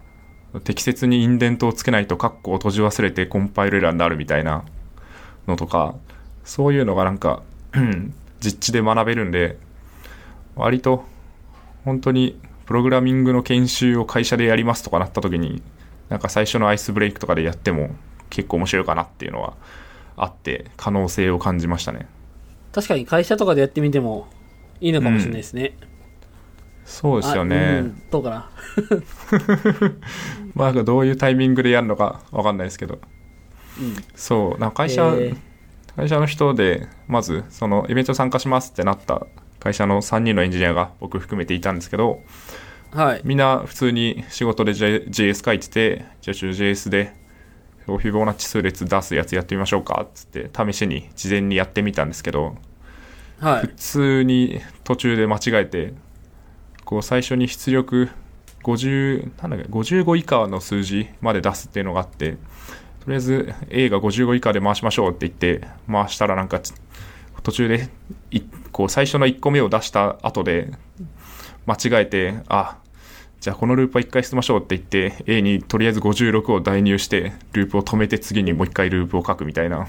適切にインデントをつけないとカッコを閉じ忘れてコンパイルエラーになるみたいなのとか、そういうのがなんか実地で学べるんで、割と本当にプログラミングの研修を会社でやりますとかなった時に、なんか最初のアイスブレイクとかでやっても結構面白いかなっていうのはあって、可能性を感じましたね。 確かに会社とかでやってみてもいいのかもしれないですね。うん、 そうですよね。 うん、どうかな。 まあどういうタイミングでやるのかわかんないですけど、うん、そうなんか会社、えー、会社の人でまずそのイベント参加しますってなった会社のさんにんのエンジニアが僕含めていたんですけど、はい、みんな普通に仕事で ジェイエス 書いてて、じゃあ ジェイエス でフィボナッチ数列出すやつやってみましょうかっつって試しに事前にやってみたんですけど、はい、普通に途中で間違えて、こう最初に出力ごじゅう、なんだっけ、ごじゅうご以下の数字まで出すっていうのがあって、とりあえず A がごじゅうご以下で回しましょうって言って回したら、なんか途中でこう最初のいっこめを出した後で間違えて、あ、じゃあこのループは一回捨てましょうって言って A にとりあえずごじゅうろくを代入してループを止めて次にもう一回ループを書くみたいな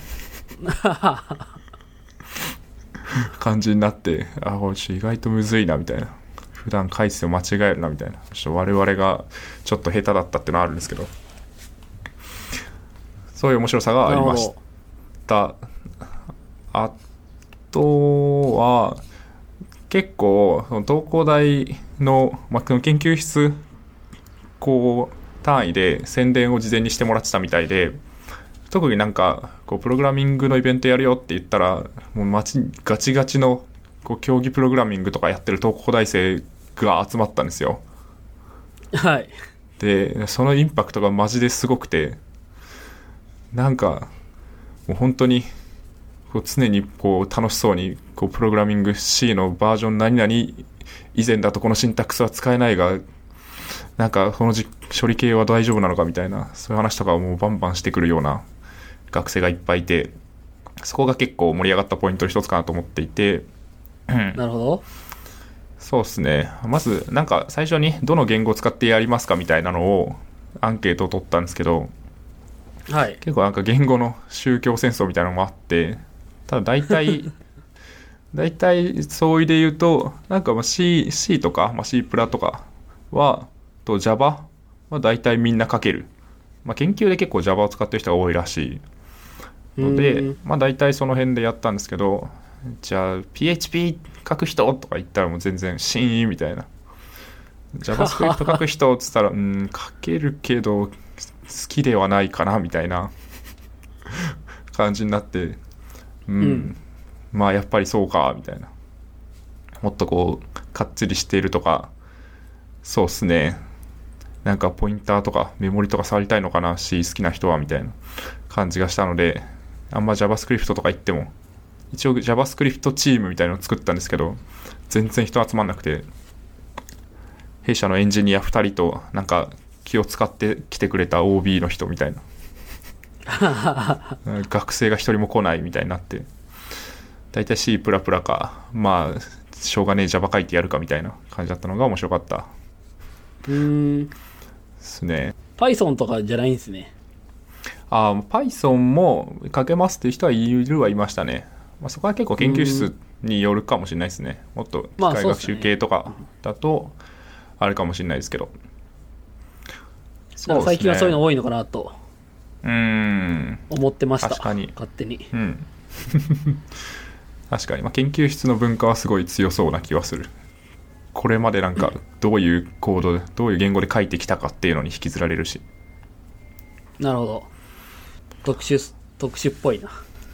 感じになって、あ、これ意外とむずいなみたいな、普段回数を間違えるなみたいな、ちょっと我々がちょっと下手だったっていうのはあるんですけど、そういう面白さがありました。あとは結構東工大の、まあ、研究室こう単位で宣伝を事前にしてもらってたみたいで、特になんかこうプログラミングのイベントやるよって言ったら、もうマチガチガチのこう競技プログラミングとかやってる東工大生が集まったんですよ。はい。でそのインパクトがマジですごくて、なんかもう本当にこう常にこう楽しそうにこうプログラミング C のバージョン何々以前だとこのシンタックスは使えないが、なんかこの処理系は大丈夫なのかみたいな、そういう話とかをもうバンバンしてくるような学生がいっぱいいて、そこが結構盛り上がったポイントの一つかなと思っていて、なるほど。そうですね。まずなんか最初にどの言語を使ってやりますかみたいなのをアンケートを取ったんですけど、はい、結構なんか言語の宗教戦争みたいなのもあって、ただ大体大体相違で言うと、なんかまあ C, C とか、まあ、C プラとかはと Java は大体みんな書ける、まあ、研究で結構 Java を使ってる人が多いらしいので、まあ、大体その辺でやったんですけど、じゃあ ピーエイチピー 書く人とか言ったらもう全然シーンみたいな、 JavaScript 書く人っつったらうん書けるけど好きではないかなみたいな感じになって、うん、うん、まあやっぱりそうかみたいな、もっとこうかっちりしているとか、そうっすね、なんかポインターとかメモリとか触りたいのかな C 好きな人はみたいな感じがしたので、あんま JavaScript とか言っても、一応 JavaScript チームみたいなのを作ったんですけど、全然人集まんなくて、弊社のエンジニアふたりとなんか気を使って来てくれた オービー の人みたいな学生が一人も来ないみたいになって、だいたい C プラプラか、まあしょうがねえ Java 書いてやるかみたいな感じだったのが面白かったうーんですね。 Python とかじゃないんですね。 ああ Python も書けますっていう人はいるはいましたね。まあ、そこは結構研究室によるかもしれないですね。もっと機械学習系とかだとあるかもしれないですけど、まあそうですね、最近はそういうの多いのかなとうーん思ってました。 確かに勝手に、 うん、確かに、まあ、研究室の文化はすごい強そうな気はする。これまでなんかどういうコードでどういう言語で書いてきたかっていうのに引きずられるし。 なるほど、特殊特殊っぽいな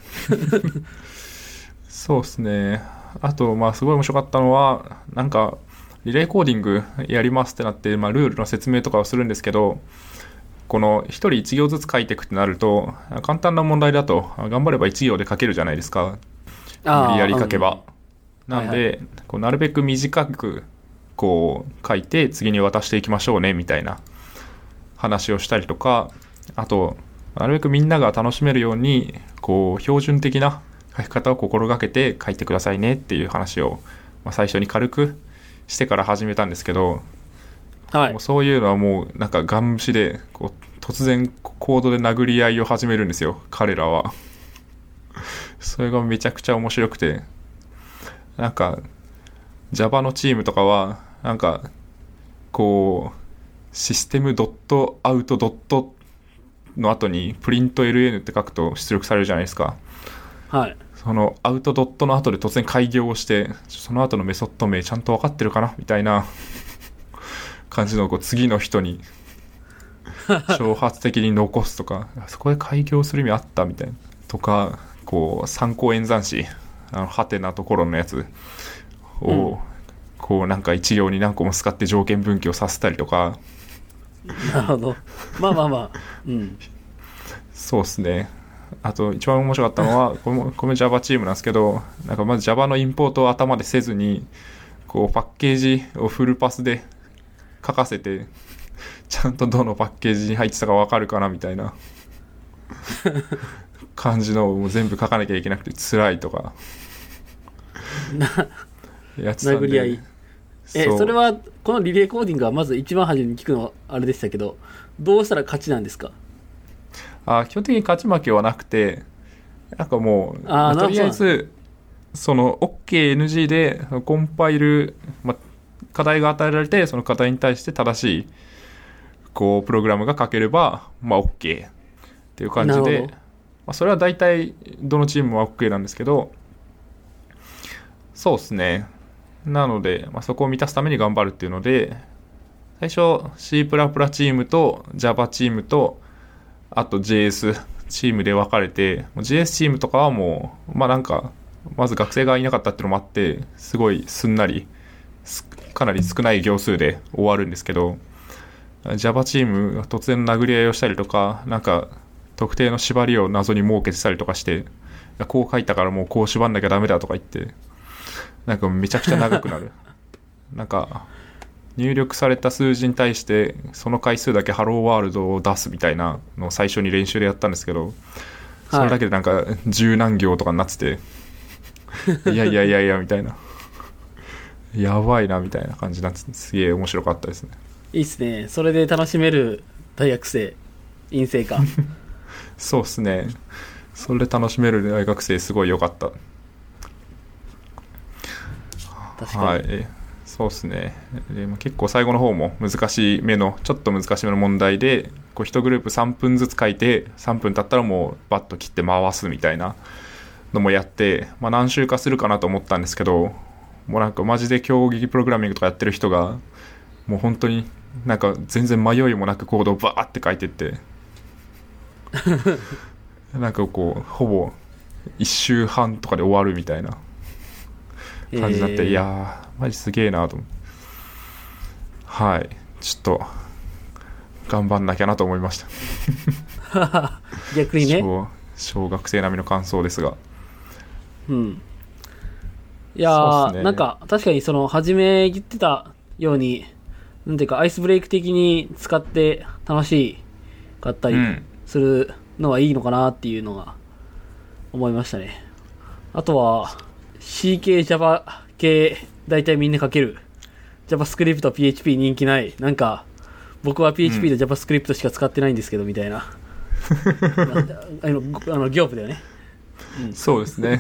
そうですね。あとまあすごい面白かったのは、なんかリレーコーディングやりますってなって、まあ、ルールの説明とかをするんですけど、このひとりいち行ずつ書いていくってなると、簡単な問題だと頑張ればいち行で書けるじゃないですか、無理やり書けば、うん、なんで、はいはい、こうなるべく短くこう書いて次に渡していきましょうねみたいな話をしたりとか、あとなるべくみんなが楽しめるようにこう標準的な書き方を心がけて書いてくださいねっていう話を、まあ、最初に軽くしてから始めたんですけど、 はいもうそういうのはもうなんかガン無視でこう突然コードで殴り合いを始めるんですよ、彼らは。それがめちゃくちゃ面白くて、なんか Java のチームとかはなんかこうシステムドットアウトドットの後にプリント エルエヌ って書くと出力されるじゃないですか。 はい。 そのアウトドットの後で突然開業をして、その後のメソッド名ちゃんと分かってるかなみたいな感じのこう次の人に挑発的に残すとか、そこで開業する意味あったみたいなとか、こう参考演算子、あのハテなところのやつを、うん、こうなんか一行に何個も使って条件分岐をさせたりとか。 なるほど。まあまあまあ、うん、 そうですね。あと一番面白かったのはこれもこれも Java チームなんですけど、なんかまず Java のインポートを頭でせずにこうパッケージをフルパスで書かせて、ちゃんとどのパッケージに入ってたか分かるかなみたいな感じのをもう全部書かなきゃいけなくて辛いとかやつなんで、殴り合い。え そ, それはこのリレーコーディングはまず一番初めに聞くのはあれでしたけど、どうしたら勝ちなんですか？ あ、基本的に勝ち負けはなくて、なんかもう、まあ、とりあえずその オーケーエヌジー でコンパイル、まあ、課題が与えられて、その課題に対して正しいこうプログラムが書ければ、まあ、OK っていう感じで、まあ、それは大体どのチームも OK なんですけど、そうですね。なので、まあ、そこを満たすために頑張るっていうので、最初 C++ チームと Java チームとあと ジェイエス チームで分かれて、 ジェイエス チームとかはもうまあなんかまず学生がいなかったっていうのもあって、すごいすんなりかなり少ない行数で終わるんですけど、 Java チームが突然殴り合いをしたりとか、なんか特定の縛りを謎に設けてたりとかして、こう書いたからもうこう縛んなきゃダメだとか言って、なんかめちゃくちゃ長くなるなんか入力された数字に対してその回数だけハローワールドを出すみたいなのを最初に練習でやったんですけど、それだけでなんか十何行とかになってて、はい、いやいやいやいやみたいな、やばいなみたいな感じになってて、すげえ面白かったですね。 いいっすね。それで楽しめる大学生、院生かそうっすね。それで楽しめる大学生すごい良かった。 確かに、 はい、そうですね。で結構最後の方も難しめのちょっと難しめの問題で、こういちグループさんぷんずつ書いてさんぷん経ったらもうバッと切って回すみたいなのもやって、まあ、何周かするかなと思ったんですけど、もうなんかマジで競技プログラミングとかやってる人がもう本当になんか全然迷いもなくコードをバーって書いてってなんかこうほぼいっしゅうはんとかで終わるみたいな感じになって、えー、いやーマジすげえなと思って、はいちょっと頑張んなきゃなと思いました逆にね、 小、小学生並みの感想ですが、 うんいやー、ね、なんか確かにその初め言ってたように、なんていうかアイスブレイク的に使って楽しかったりするのはいいのかなっていうのが思いましたね。あとは C 系 Java 系大体みんな書ける JavaScript ピーエイチピー 人気ない、なんか僕は ピーエイチピー で JavaScript しか使ってないんですけどみたいな、あのあの業務だよね、 うん、そうですね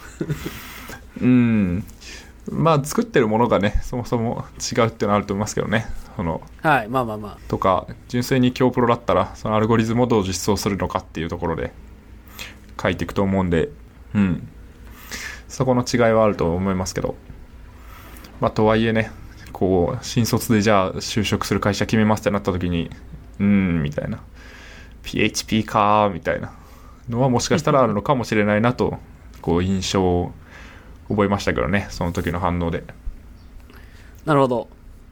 うんまあ作ってるものがねそもそも違うっていうのはあると思いますけどね。そのはいまあまあまあとか純粋に強プロだったらそのアルゴリズムをどう実装するのかっていうところで書いていくと思うんで、うんそこの違いはあると思いますけど、まあとはいえね、こう新卒でじゃあ就職する会社決めますってなった時にうーんみたいな ピーエイチピー かーみたいなのはもしかしたらあるのかもしれないなとこう印象を覚えましたけどね、その時の反応で。 なるほど。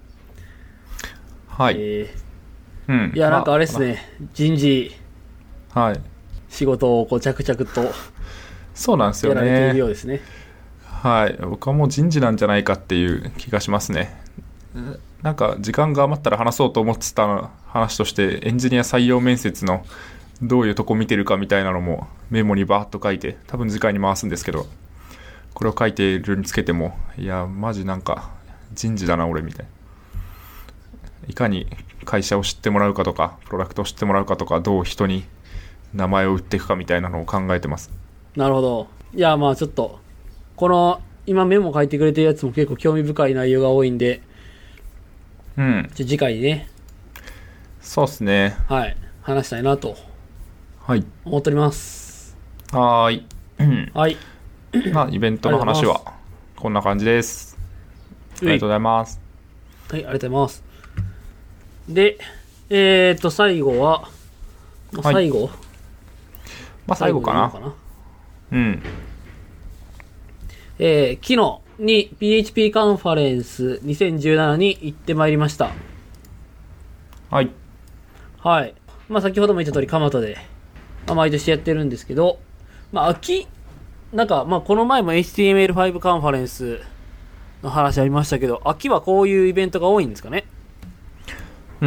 はい、 えー、うんいやなんかあれですね、まあ、人事はい仕事をこう着々とそうなんですよね。 やられているようですね。 はい、僕はもう人事なんじゃないかっていう気がしますね。なんか時間が余ったら話そうと思ってた話としてエンジニア採用面接のどういうとこ見てるかみたいなのもメモにバーッと書いて多分次回に回すんですけど、これを書いているにつけてもいやマジなんか人事だな俺みたいな、 いかに会社を知ってもらうかとか、プロダクトを知ってもらうかとか、どう人に名前を売っていくかみたいなのを考えてます。 なるほど。いや、まあちょっと、この、今メモ書いてくれてるやつも結構興味深い内容が多いんで、 うん。 ちょ次回ね、 そうっすね。 はい、話したいなとはい。 思っております。 はーい。 はい。 まあ、イベントの話はこんな感じです。ありがとうございます。 はい、ありがとうございます。で、えーと、最後は、最後、はい、 まあ、最後かな。 最後かな。 うん。 えー、昨日に ピーエイチピー カンファレンスにせんじゅうななに行ってまいりました。 はい。 はい。まあ、先ほども言った通り、蒲田で、まあ、毎年やってるんですけど、まあ、秋、なんか、まあ、この前も エイチティーエムエルファイブ カンファレンスの話ありましたけど、秋はこういうイベントが多いんですかね。 うん。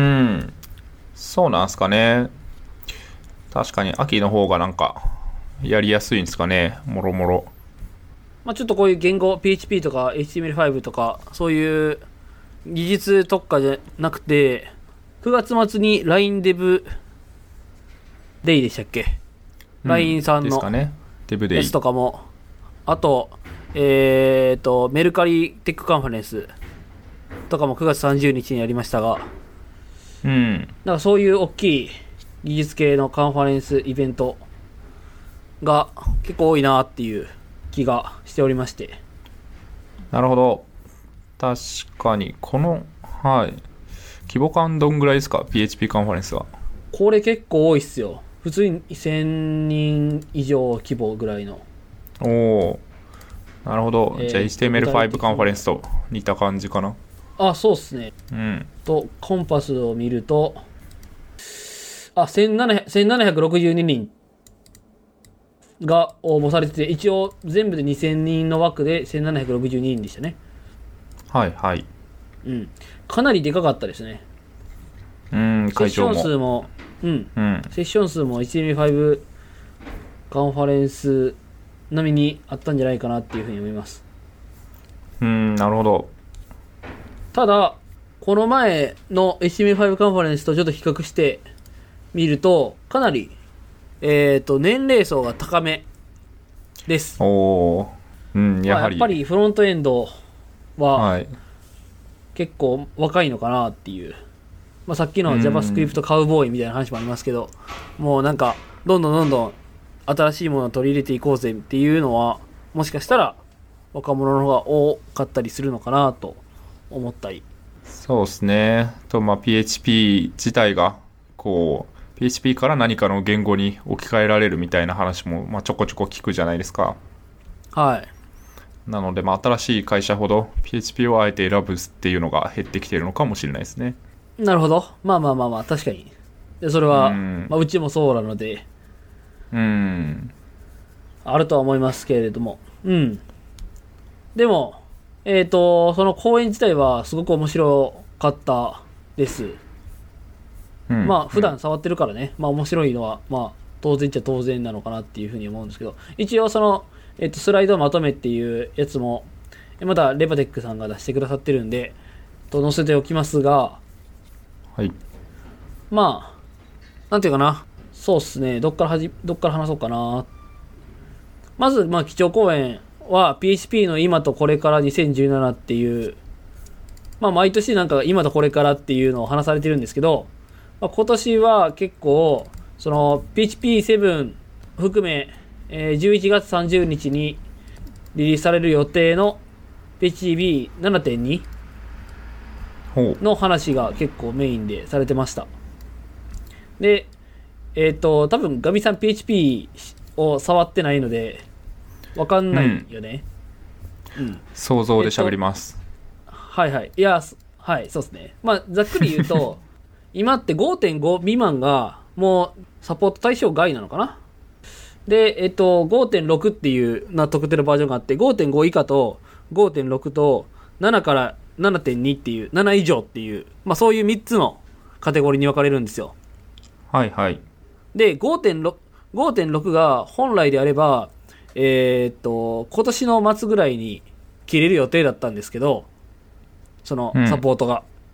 そうなんすかね。確かに秋の方がなんか、やりやすいんですかね。もろもろ。 まあ、ちょっとこういう言語、ピーエイチピー とか エイチティーエムエルファイブ とか、そういう技術特化じゃなくて、くがつ末に ライン デブデイでしたっけ、うん、ライン さんのやつとかも、あと、えーと、メルカリテックカンファレンスとかもくがつさんじゅうにちにやりましたが、 うん。 なんかそういう大きい技術系のカンファレンスイベントが結構多いなっていう気がしておりまして。 なるほど。確かに、この、はい。規模感どんぐらいですか ?ピーエイチピー カンファレンスは。 これ結構多いっすよ。普通にせんにん以上規模ぐらいの。 おお。なるほど。 えー、 じゃあ エイチティーエムエルファイブ カンファレンスと似た感じかな。 あ、そうっすね。 うん。 と、コンパスを見ると、あ、せんななひゃくろくじゅうににんが応募されてて、一応全部でにせんにんの枠でせんななひゃくろくじゅうににんでしたね。 はいはい。 うん。かなりでかかったですね。 うん、会場も。 セッション数も、うん。 うん、 セッション数も エイチティーエムエルファイブ カンファレンス並みにあったんじゃないかなっていうふうに思います。 うん、なるほど。 ただ、この前の エイチティーエムエルファイブ カンファレンスとちょっと比較してみると、かなり、えっと、年齢層が高めです。 おー。うん、やはり。 まあ、やっぱりフロントエンドは、結構若いのかなっていう。まあ、さっきの JavaScript カウボーイみたいな話もありますけど、もうなんか、どんどんどんどん新しいものを取り入れていこうぜっていうのは、もしかしたら若者の方が多かったりするのかなと思ったり。 そうですね。と、まあ、ピーエイチピー 自体が、こう、ピーエイチピー から何かの言語に置き換えられるみたいな話も、まあ、ちょこちょこ聞くじゃないですか。 はい。 なので、まあ、新しい会社ほど ピーエイチピー をあえて選ぶっていうのが減ってきているのかもしれないですね。 なるほど。まあまあまあまあ、確かに。でそれは、うんまあ、うちもそうなので、 うん。 あるとは思いますけれども。うん。でも、えっと、その公演自体はすごく面白かったです。うん、まあ、普段触ってるからね、まあ面白いのは、まあ、当然っちゃ当然なのかなっていうふうに思うんですけど、一応その、えっと、スライドまとめっていうやつも、またレバテックさんが出してくださってるんで、と載せておきますが、 はい。 まあ、なんていうかな。そうっすね。どっからはじ、どっから話そうかな。まず、まあ、基調講演は ピーエイチピー の今とこれからにせんじゅうななっていう、まあ、毎年なんか今とこれからっていうのを話されてるんですけど、まあ、今年は結構、その ピーエイチピーセブン 含め、えー、じゅういちがつさんじゅうにちにリリースされる予定の ピーエイチピーななてんに の話が結構メインでされてました。で、えっと、多分ガミさん ピーエイチピー を触ってないので、わかんないよね。 うん。うん、想像で喋ります、 えっと。はいはい。いや、はい、そうですね。まあ、ざっくり言うと、今って ごてんご 未満がもうサポート対象外なのかな。で、えっと、ごてんろく っていうな特定のバージョンがあって、ごてんご 以下と ごてんろく とななから ななてんに っていう、なな以上っていう、まあそういうみっつのカテゴリーに分かれるんですよ。 はいはい。 で、ごてんろく、ごてんろく が本来であれば、えー、っと、今年の末ぐらいに切れる予定だったんですけど、そのサポートが。うん、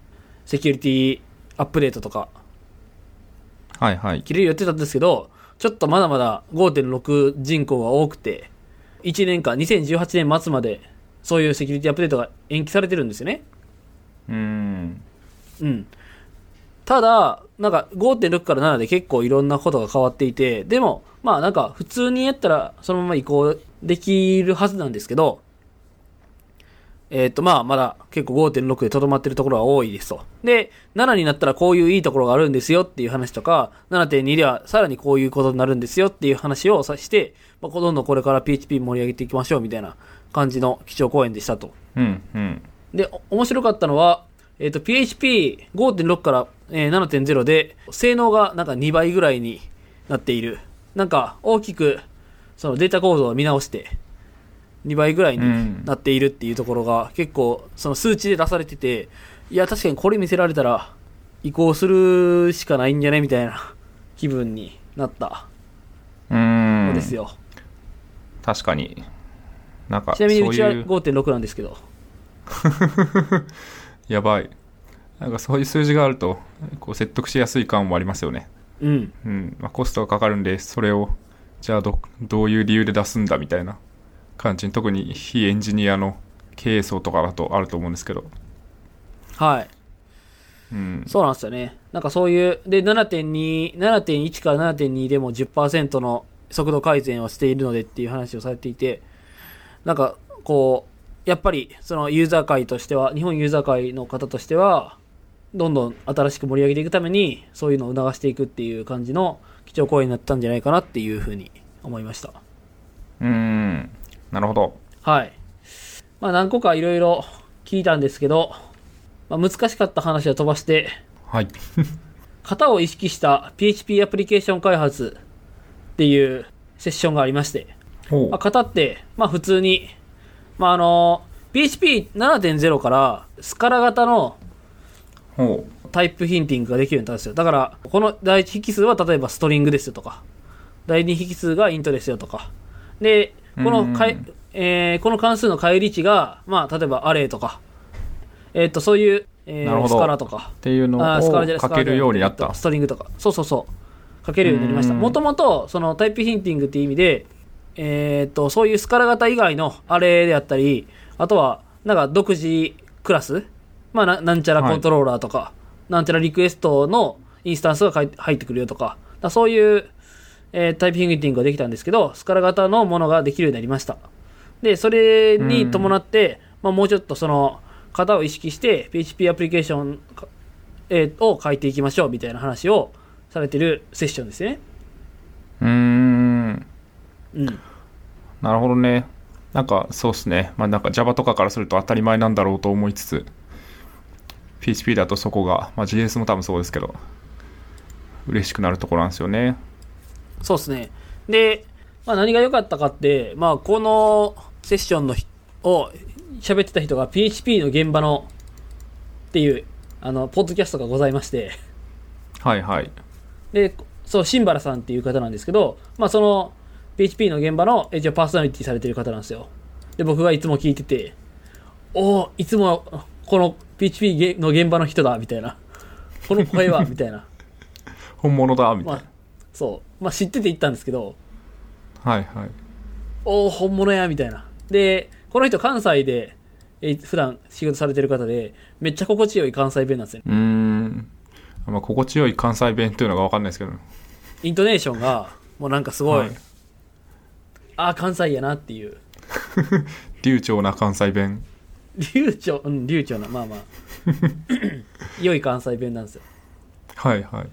セキュリティアップデートとか、 はいはい。 切れる予定だったんですけど、ちょっとまだまだ ごてんろく 人口が多くて、いちねんかん、にせんじゅうはちねん末まで、そういうセキュリティアップデートが延期されてるんですよね。 うーん。 うん。ただ、なんか ごてんろく からななで結構いろんなことが変わっていて、でも、まあなんか普通にやったらそのまま移行できるはずなんですけど、えっとまあまだ結構 ごてんろく で留まってるところは多いですと。で、ななになったらこういういいところがあるんですよっていう話とか、ななてんに ではさらにこういうことになるんですよっていう話をさして、まあ、どんどんこれから ピーエイチピー 盛り上げていきましょうみたいな感じの基調講演でしたと。 うんうん。 で、面白かったのは、えっと ピーエイチピーごてんろく から、えー、ななてんゼロ で性能がなんかにばいぐらいになっている。なんか大きくそのデータ構造を見直してにばいぐらいになっているっていうところが結構その数値で出されてて、いや確かにこれ見せられたら移行するしかないんじゃねみたいな気分になったのですよ。 確かに。なんかちなみにうちはそういうごてんろく なんですけどやばい。なんかそういう数字があるとこう説得しやすい感もありますよね。 うん、 うんまあ、コストがかかるんでそれをじゃあ ど, どういう理由で出すんだみたいな感じに、特に非エンジニアの経営層とかだとあると思うんですけど、 はい、 うん、 そうなんですよね。なんかそういうで ななてんに、ななてんいち から ななてんに でも じゅっパーセント の速度改善をしているのでっていう話をされていて、なんかこうやっぱりそのユーザー会としては、日本ユーザー会の方としてはどんどん新しく盛り上げていくためにそういうのを促していくっていう感じの基調講演になったんじゃないかなっていうふうに思いました。 うーんなるほど。 はい。まあ何個かいろいろ聞いたんですけど、まあ、難しかった話は飛ばして、 はい型を意識した ピーエイチピー アプリケーション開発っていうセッションがありまして、まあ、型って、まあ普通に、まああの、ピーエイチピーななてんゼロ からスカラ型のタイプヒンティングができるようになったんですよ。だから、この第一引数は例えばストリングですよとか、第二引数がイントですよとか。で、このかい、えー、この関数の返り値が、まあ例えばアレイとか、えっ、ー、と、そういう、えー、スカラとか。 っていうのを書けるようになった。 ストリングとか。そうそうそう。書けるようになりました。もともと、そのタイプヒンティングっていう意味で、えっ、ー、と、そういうスカラ型以外のアレイであったり、あとは、なんか独自クラス、まあな、なんちゃらコントローラーとか、はい、なんちゃらリクエストのインスタンスが入ってくるよとか、だそういう、えー、タイプヒンティングができたんですけど、スカラ型のものができるようになりました。で、それに伴って、まあ、もうちょっとその、型を意識して ピーエイチピー アプリケーション、えー、を書いていきましょうみたいな話をされてるセッションですね。 うーん。 うん。 なるほどね。なんかそうですね。まあなんか Java とかからすると当たり前なんだろうと思いつつ、ピーエイチピー だとそこが、まあ ジェイエス も多分そうですけど、嬉しくなるところなんですよね。 そうですね。で、まあ何が良かったかって、まあこのセッションのを喋ってた人が ピーエイチピー の現場のっていうあのポッドキャストがございまして、 はいはい。 で、そう新原さんっていう方なんですけど、まあその ピーエイチピー の現場の一応パーソナリティされてる方なんですよ。で僕がいつも聞いてて、おおいつもこの ピーエイチピー の現場の人だみたいな、この声はみたいな、 本物だみたいな、 まあ、そうまあ知ってて言ったんですけど、 はいはい。 おお本物やみたいな。でこの人関西でえ普段仕事されてる方で、めっちゃ心地よい関西弁なんですよね。 うーん、まあ、心地よい関西弁というのが分かんないですけど、 イントネーションがもうなんかすごい、はい、ああ関西やなっていう流暢な関西弁、 流暢、うん、流暢な、まあまあ良い関西弁なんですよ。 はいはい。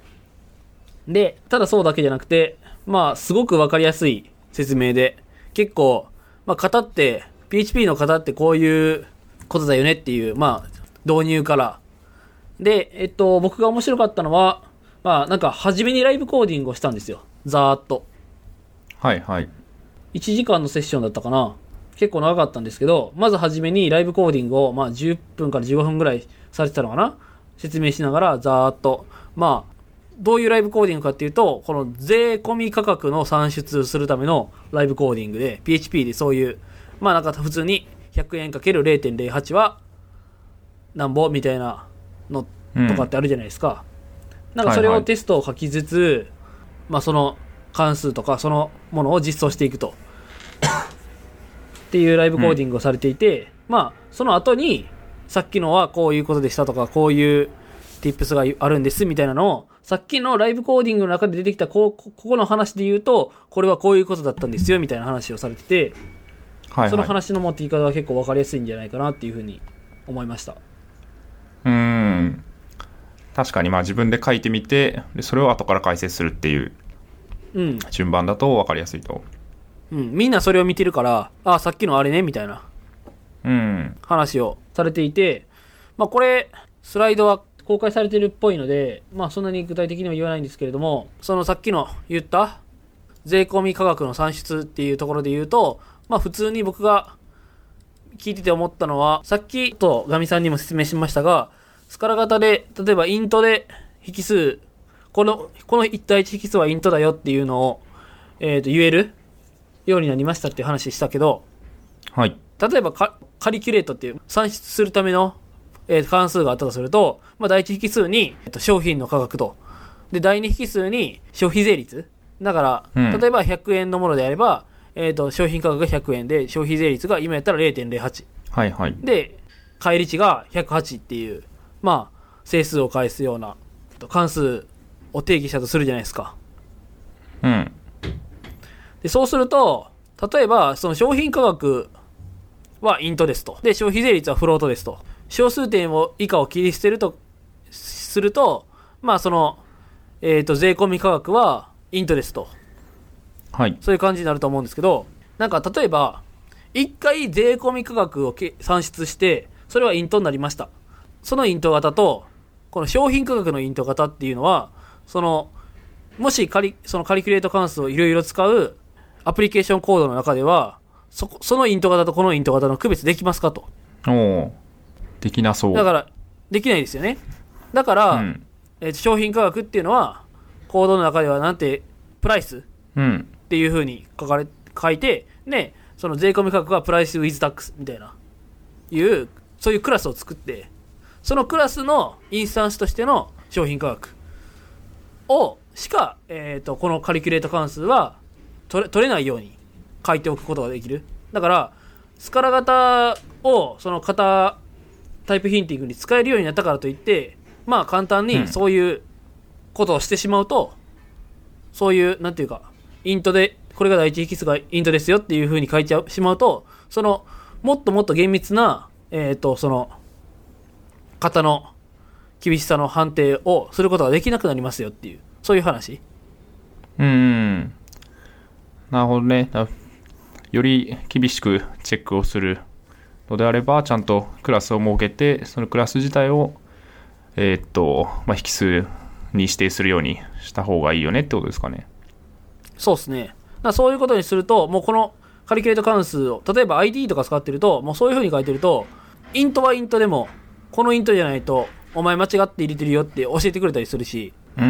でただそうだけじゃなくて、まあすごく分かりやすい説明で、結構まあ型って ピーエイチピー の型ってこういうことだよねっていう、まあ導入からで、えっと僕が面白かったのは、まあなんか初めにライブコーディングをしたんですよ、ざーっと。 はいはい。 いちじかんのセッションだったかな、結構長かったんですけど、まず初めにライブコーディングをまあじゅっぷんからじゅうごふんぐらいされてたのかな、説明しながらざーっと、まあどういうライブコーディングかっていうと、この税込み価格の算出するためのライブコーディングで、 ピーエイチピー でそういう、まあなんか普通にひゃくえんかける れいてんれいはち はなんぼみたいなのとかってあるじゃないですか、うん、なんかそれをテストを書きつつ、はいはい、まあ、その関数とかそのものを実装していくとっていうライブコーディングをされていて、うん、まあその後にさっきのはこういうことでしたとかこういう tips があるんですみたいなのをさっきのライブコーディングの中で出てきたこうここの話で言うとこれはこういうことだったんですよみたいな話をされてて、はいはい、その話の持っていき方は結構分かりやすいんじゃないかなっていうふうに思いました。 うーん、確かにまあ自分で書いてみてでそれを後から解説するっていう順番だと分かりやすいと、 うんうん、みんなそれを見てるからああさっきのあれねみたいな話をされていて、まあ、これスライドは公開されてるっぽいので、まあ、そんなに具体的には言わないんですけれども、そのさっきの言った税込み価格の算出っていうところで言うと、まあ、普通に僕が聞いてて思ったのは、さっきとガミさんにも説明しましたが、スカラ型で例えばイントで引数このこのいち対いち引数はイントだよっていうのを、えー、と言えるようになりましたっていう話したけど、 はい、 例えばカリキュレートっていう算出するための、えー、関数があったとすると、まあ、第一引数に、えー、と商品の価格とで第二引数に消費税率だから、うん、例えばひゃくえんのものであれば、えー、と商品価格がひゃくえんで消費税率が今やったら れいてんぜろはち、 はいはい、 で返り値がひゃくはちっていうまあ整数を返すような関数を定義したとするじゃないですか。 うん。 でそうすると例えばその商品価格はイントですとで消費税率はフロートですと小数点を以下を切り捨てるとするとまあそのえっと税込み価格はイントですと、 はい、 そういう感じになると思うんですけど、なんか例えばいっかい税込み価格を算出してそれはイントになりました。そのイント型とこの商品価格のイント型っていうのはそのもしカリそのカリキュレート関数をいろいろ使うアプリケーションコードの中では そ, そのイント型とこのイント型の区別できますかと。 おできなそう。 だからできないですよね。だから、うんえー、商品価格っていうのはコードの中ではなんてプライスっていう風に書かれ書いてね、その税込み価格はプライスウィズタックスみたいないうそういうクラスを作ってそのクラスのインスタンスとしての商品価格をしか、えー、とこのカリキュレート関数は取れ、取れないように書いておくことができる。だからスカラ型をその型タイプヒンティングに使えるようになったからといってまあ簡単にそういうことをしてしまうと、うん、そういうなんていうかイントでこれが第一引数がイントですよっていう風に書いてしまうとそのもっともっと厳密なえっ、ー、とその型の厳しさの判定をすることができなくなりますよっていうそういう話。 うーんなるほどね。より厳しくチェックをするのであればちゃんとクラスを設けてそのクラス自体をえー、っとまあ引数に指定するようにした方がいいよねってことですかね。 そうですね。だそういうことにするともうこのカリキュレート関数を例えば アイディー とか使ってるともうそういう風に書いてるとイントはイントでもこのイントじゃないとお前間違って入れてるよって教えてくれたりするし、 うん、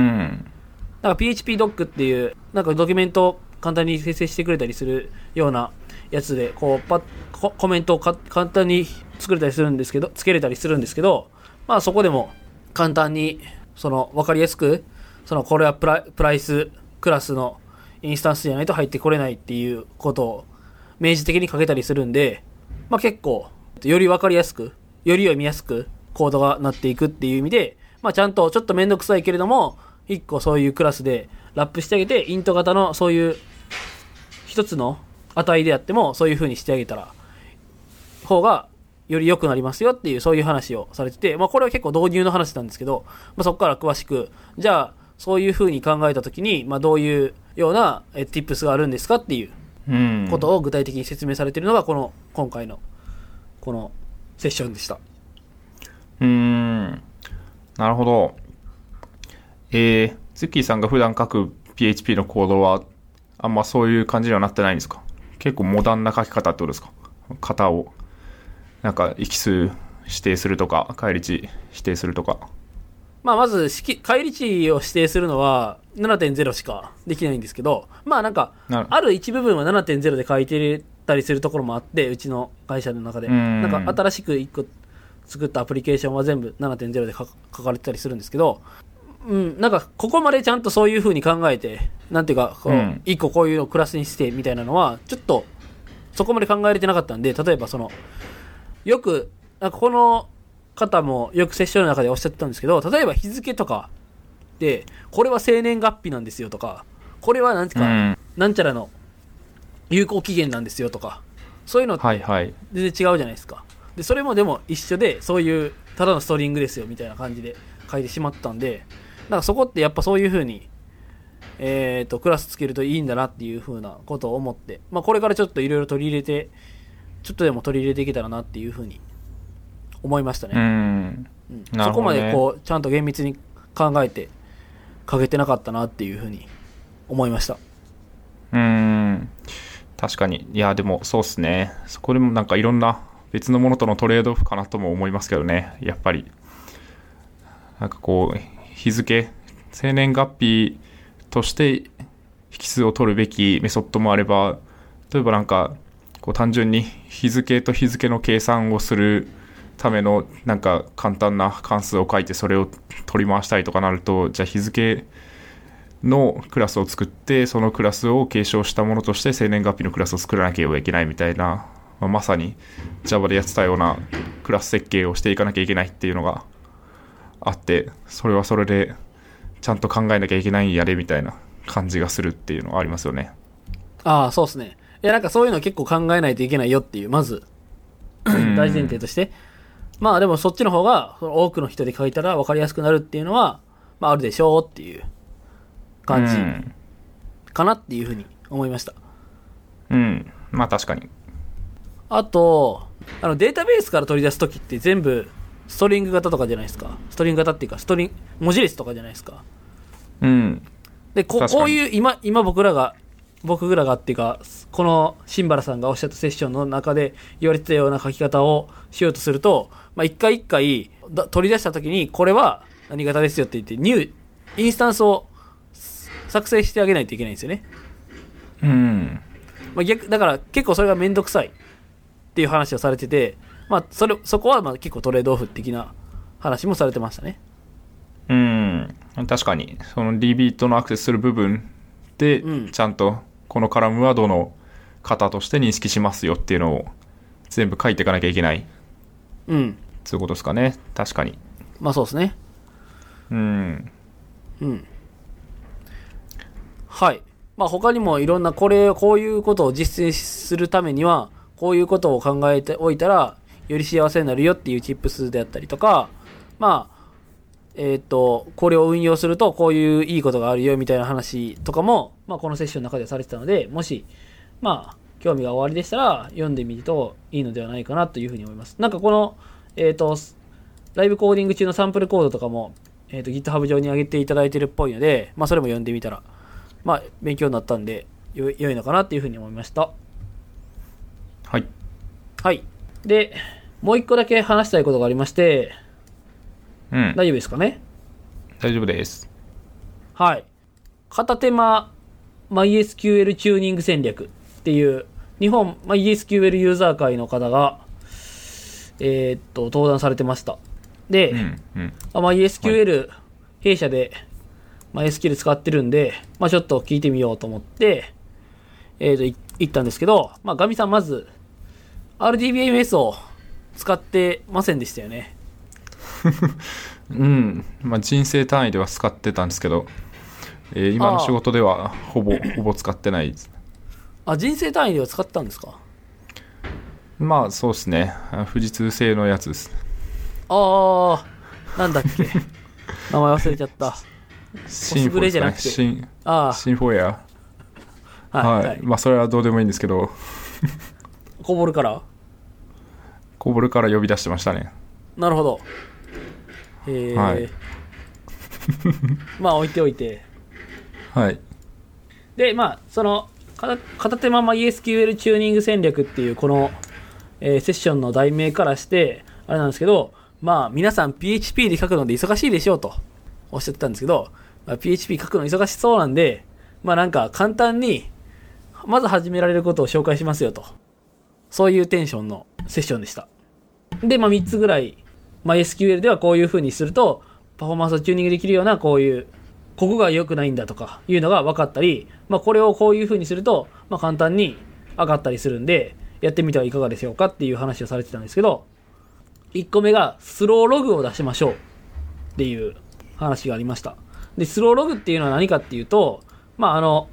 なんか ピーエイチピードック っていうなんかドキュメントを簡単に生成してくれたりするようなやつでこうパッコメントをか簡単に作れたりするんですけどつけれたりするんですけど、まあそこでも簡単にその分かりやすくそのこれはプライ、プライスクラスのインスタンスじゃないと入ってこれないっていうことを明示的に書けたりするんで、まあ結構より分かりやすくより読みやすくコードがなっていくっていう意味で、まあちゃんとちょっとめんどくさいけれども一個そういうクラスでラップしてあげてイント型のそういう一つの値であってもそういう風にしてあげたら方がより良くなりますよっていうそういう話をされてて、まあこれは結構導入の話なんですけど、まあ、そこから詳しくじゃあそういう風に考えたときに、まあ、どういうようなえ tips があるんですかっていうことを具体的に説明されているのがこの今回のこのセッションでした。 うーんなるほど。えー、ズッキーさんが普段書く ピーエイチピー のコードはあんまそういう感じにはなってないんですか？結構モダンな書き方ってことですか？型をなんか引数指定するとか返り値指定するとか。 まあまず返り値を指定するのは ななてんぜろ しかできないんですけど、まあなんかある一部分は ななてんぜろ で書いてたりするところもあってうちの会社の中でなんか新しくいっこ作ったアプリケーションは全部 ななてんゼロ で書かれてたりするんですけど、うん、なんかここまでちゃんとそういう風に考えて、なんていうかこう、うん、一個こういうのをクラスにしてみたいなのはちょっとそこまで考えれてなかったんで、例えばそのよくなんかこの方もよくセッションの中でおっしゃってたんですけど、例えば日付とかでこれは生年月日なんですよとか、これはなんていうか、うん、なんちゃらの有効期限なんですよとか、そういうのって全然違うじゃないですか。でそれもでも一緒で、そういうただのストリングですよみたいな感じで書いてしまったんで、なんかそこってやっぱそういう風にえーとクラスつけるといいんだなっていう風なことを思って、まあこれからちょっといろいろ取り入れて、ちょっとでも取り入れていけたらなっていう風に思いましたね。 うん、 うん、そこまでこうちゃんと厳密に考えて書けてなかったなっていう風に思いました。 うーん、確かに。いやでもそうっすね。そこでもなんかいろんな別のものとのトレードオフかなとも思いますけどね。やっぱりなんかこう日付、生年月日として引数を取るべきメソッドもあれば、例えばなんかこう単純に日付と日付の計算をするためのなんか簡単な関数を書いてそれを取り回したいとかなると、じゃあ日付のクラスを作ってそのクラスを継承したものとして生年月日のクラスを作らなければいけないみたいな、まあ、まさに Java でやってたようなクラス設計をしていかなきゃいけないっていうのがあって、それはそれでちゃんと考えなきゃいけないんやれみたいな感じがするっていうのはありますよね。 ああ、そうですね。いやなんかそういうの結構考えないといけないよっていう、まず大前提として、まあでもそっちの方が多くの人で書いたら分かりやすくなるっていうのは、まああるでしょうっていう感じかなっていうふうに思いました。 うん、まあ確かに。 あとあのデータベースから取り出すときって全部ストリング型とかじゃないですか。ストリング型っていうかストリン文字列とかじゃないですか。 うん。 で こ, こういう今今僕らが僕らがっていうかこの新原さんがおっしゃったセッションの中で言われてたような書き方をしようとすると、まあ、一回一回取り出したときにこれは何型ですよって言ってニューインスタンスを作成してあげないといけないんですよね。 うん。 まあ、逆だから結構それがめんどくさいっていう話をされてて、まあ、それそこはまあ結構トレードオフ的な話もされてましたね。 うん、確かにその ディービー とのアクセスする部分でちゃんとこのカラムはどの型として認識しますよっていうのを全部書いていかなきゃいけない、 うん、 そういうことですかね。確かに。 まあそうですね。 うんうんはい。まあ他にもいろんなこれこういうことを実践するためにはこういうことを考えておいたらより幸せになるよっていうチップスであったりとか、まあえっとこれを運用するとこういういいことがあるよみたいな話とかも、まあこのセッションの中でされてたので、もしまあ興味がおありでしたら読んでみるといいのではないかなというふうに思います。なんかこのえっとライブコーディング中のサンプルコードとかもえっと GitHub 上に上げていただいてるっぽいので、まあそれも読んでみたらまあ勉強になったんでよ良いのかなというふうに思いました。 はいはい。でもう一個だけ話したいことがありまして、 うん、 大丈夫ですかね。 大丈夫です。はい。 片手間 MySQL チューニング戦略っていう日本 MySQL ユーザー会の方がえー、っと登壇されてました。で、 うんうん、 MySQL、はい、弊社で MySQL 使ってるんで、まあちょっと聞いてみようと思ってえー、っと行ったんですけど、まあガミさんまず アールディービーエムエス を使ってませんでしたよね。 うん、まあ、人生単位では使ってたんですけど、えー、今の仕事ではほぼほぼ使ってないです。 あ、人生単位では使ったんですか。 まあそうですね、富士通製のやつです。 ああ、なんだっけ名前忘れちゃった。 シンフォですかね。シン、 あシンフォエア、はい、はいはい、まあそれはどうでもいいんですけどコボルからコボルから呼び出してましたね。 なるほど。えー、はい、まあ置いておいて、 はい。 でまあその片手間 MySQL チューニング戦略っていうこの、えー、セッションの題名からしてあれなんですけど、まあ皆さん ピーエイチピー で書くので忙しいでしょうとおっしゃってたんですけど、まあ、ピーエイチピー 書くの忙しそうなんで、まあなんか簡単にまず始められることを紹介しますよと、そういうテンションのセッションでした。でまあみっつぐらいまあ、エスキューエル ではこういう風にするとパフォーマンスをチューニングできるようなこういうここが良くないんだとかいうのが分かったり、まあ、これをこういう風にすると、まあ、簡単に上がったりするんでやってみてはいかがでしょうかっていう話をされてたんですけど、いっこめがスローログを出しましょうっていう話がありました。でスローログっていうのは何かっていうと、まああの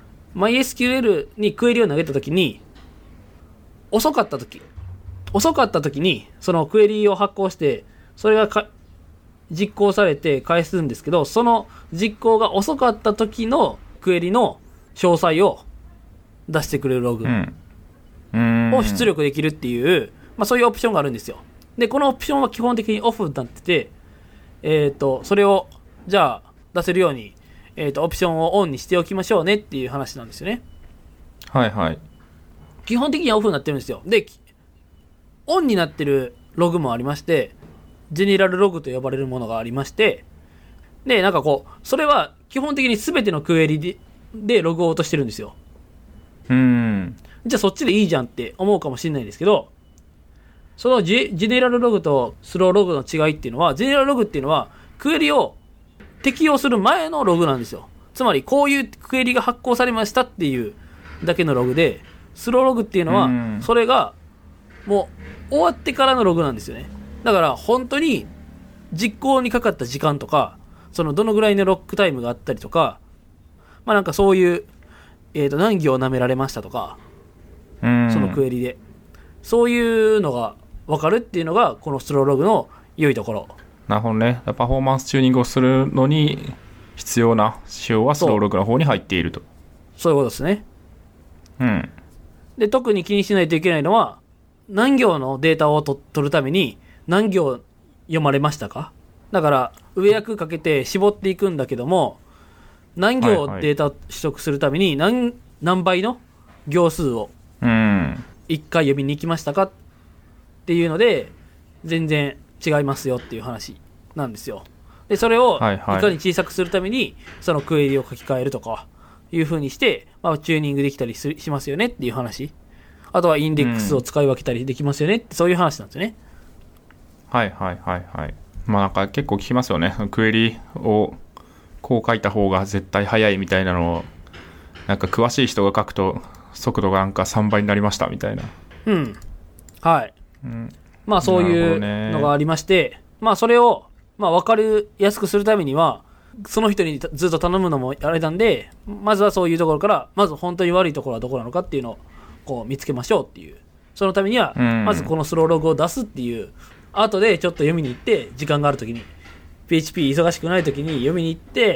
MySQL にクエリを投げたときに遅かったとき遅かったときにそのクエリを発行してそれがか実行されて返すんですけど、その実行が遅かったときのクエリの詳細を出してくれるログを出力できるっていう、まあ、そういうオプションがあるんですよ。でこのオプションは基本的にオフになってて、えっとそれをじゃあ出せるようにえーと、オプションをオンにしておきましょうねっていう話なんですよね。 はいはい。 基本的にはオフになってるんですよ。で、オンになってるログもありまして、ジェネラルログと呼ばれるものがありまして、で、なんかこう、それは基本的に全てのクエリで、でログを落としてるんですよ。 うーん。 じゃあそっちでいいじゃんって思うかもしれないんですけど、そのジェ、ジェネラルログとスローログの違いっていうのは、ジェネラルログっていうのは、クエリを適用する前のログなんですよ。つまりこういうクエリが発行されましたっていうだけのログで、スローログっていうのはそれがもう終わってからのログなんですよね。だから本当に実行にかかった時間とか、そのどのぐらいのロックタイムがあったりとか、まあなんかそういう、えーと何行舐められましたとか、そのクエリでそういうのが分かるっていうのがこのスローログの良いところ。 なるほどね。パフォーマンスチューニングをするのに必要な仕様はスローログの方に入っていると。 そういうことですね。 うん。 で、特に気にしないといけないのは、何行のデータをと取るために何行読まれましたか。だから上訳かけて絞っていくんだけども、何行データを取得するために 何, 何倍の行数をいっかい読みに行きましたかっていうので全然違いますよっていう話なんですよ。でそれをいかに小さくするためにそのクエリを書き換えるとかいう風にして、まあ、チューニングできたりしますよねっていう話。あとはインデックスを使い分けたりできますよねって、うん、そういう話なんですよね。 はいはいはいはい。まあなんか結構聞きますよね。クエリをこう書いた方が絶対早いみたいなのをなんか詳しい人が書くと速度がなんかさんばいになりましたみたいな。 うんはい、うん、まあそういうのがありまして、まあそれをまあ分かりやすくするためにはその人にずっと頼むのもあれなんで、まずはそういうところからまず本当に悪いところはどこなのかっていうのをこう見つけましょうっていう。そのためにはまずこのスローログを出すっていう、後でちょっと読みに行って時間があるときに ピーエイチピー 忙しくないときに読みに行って、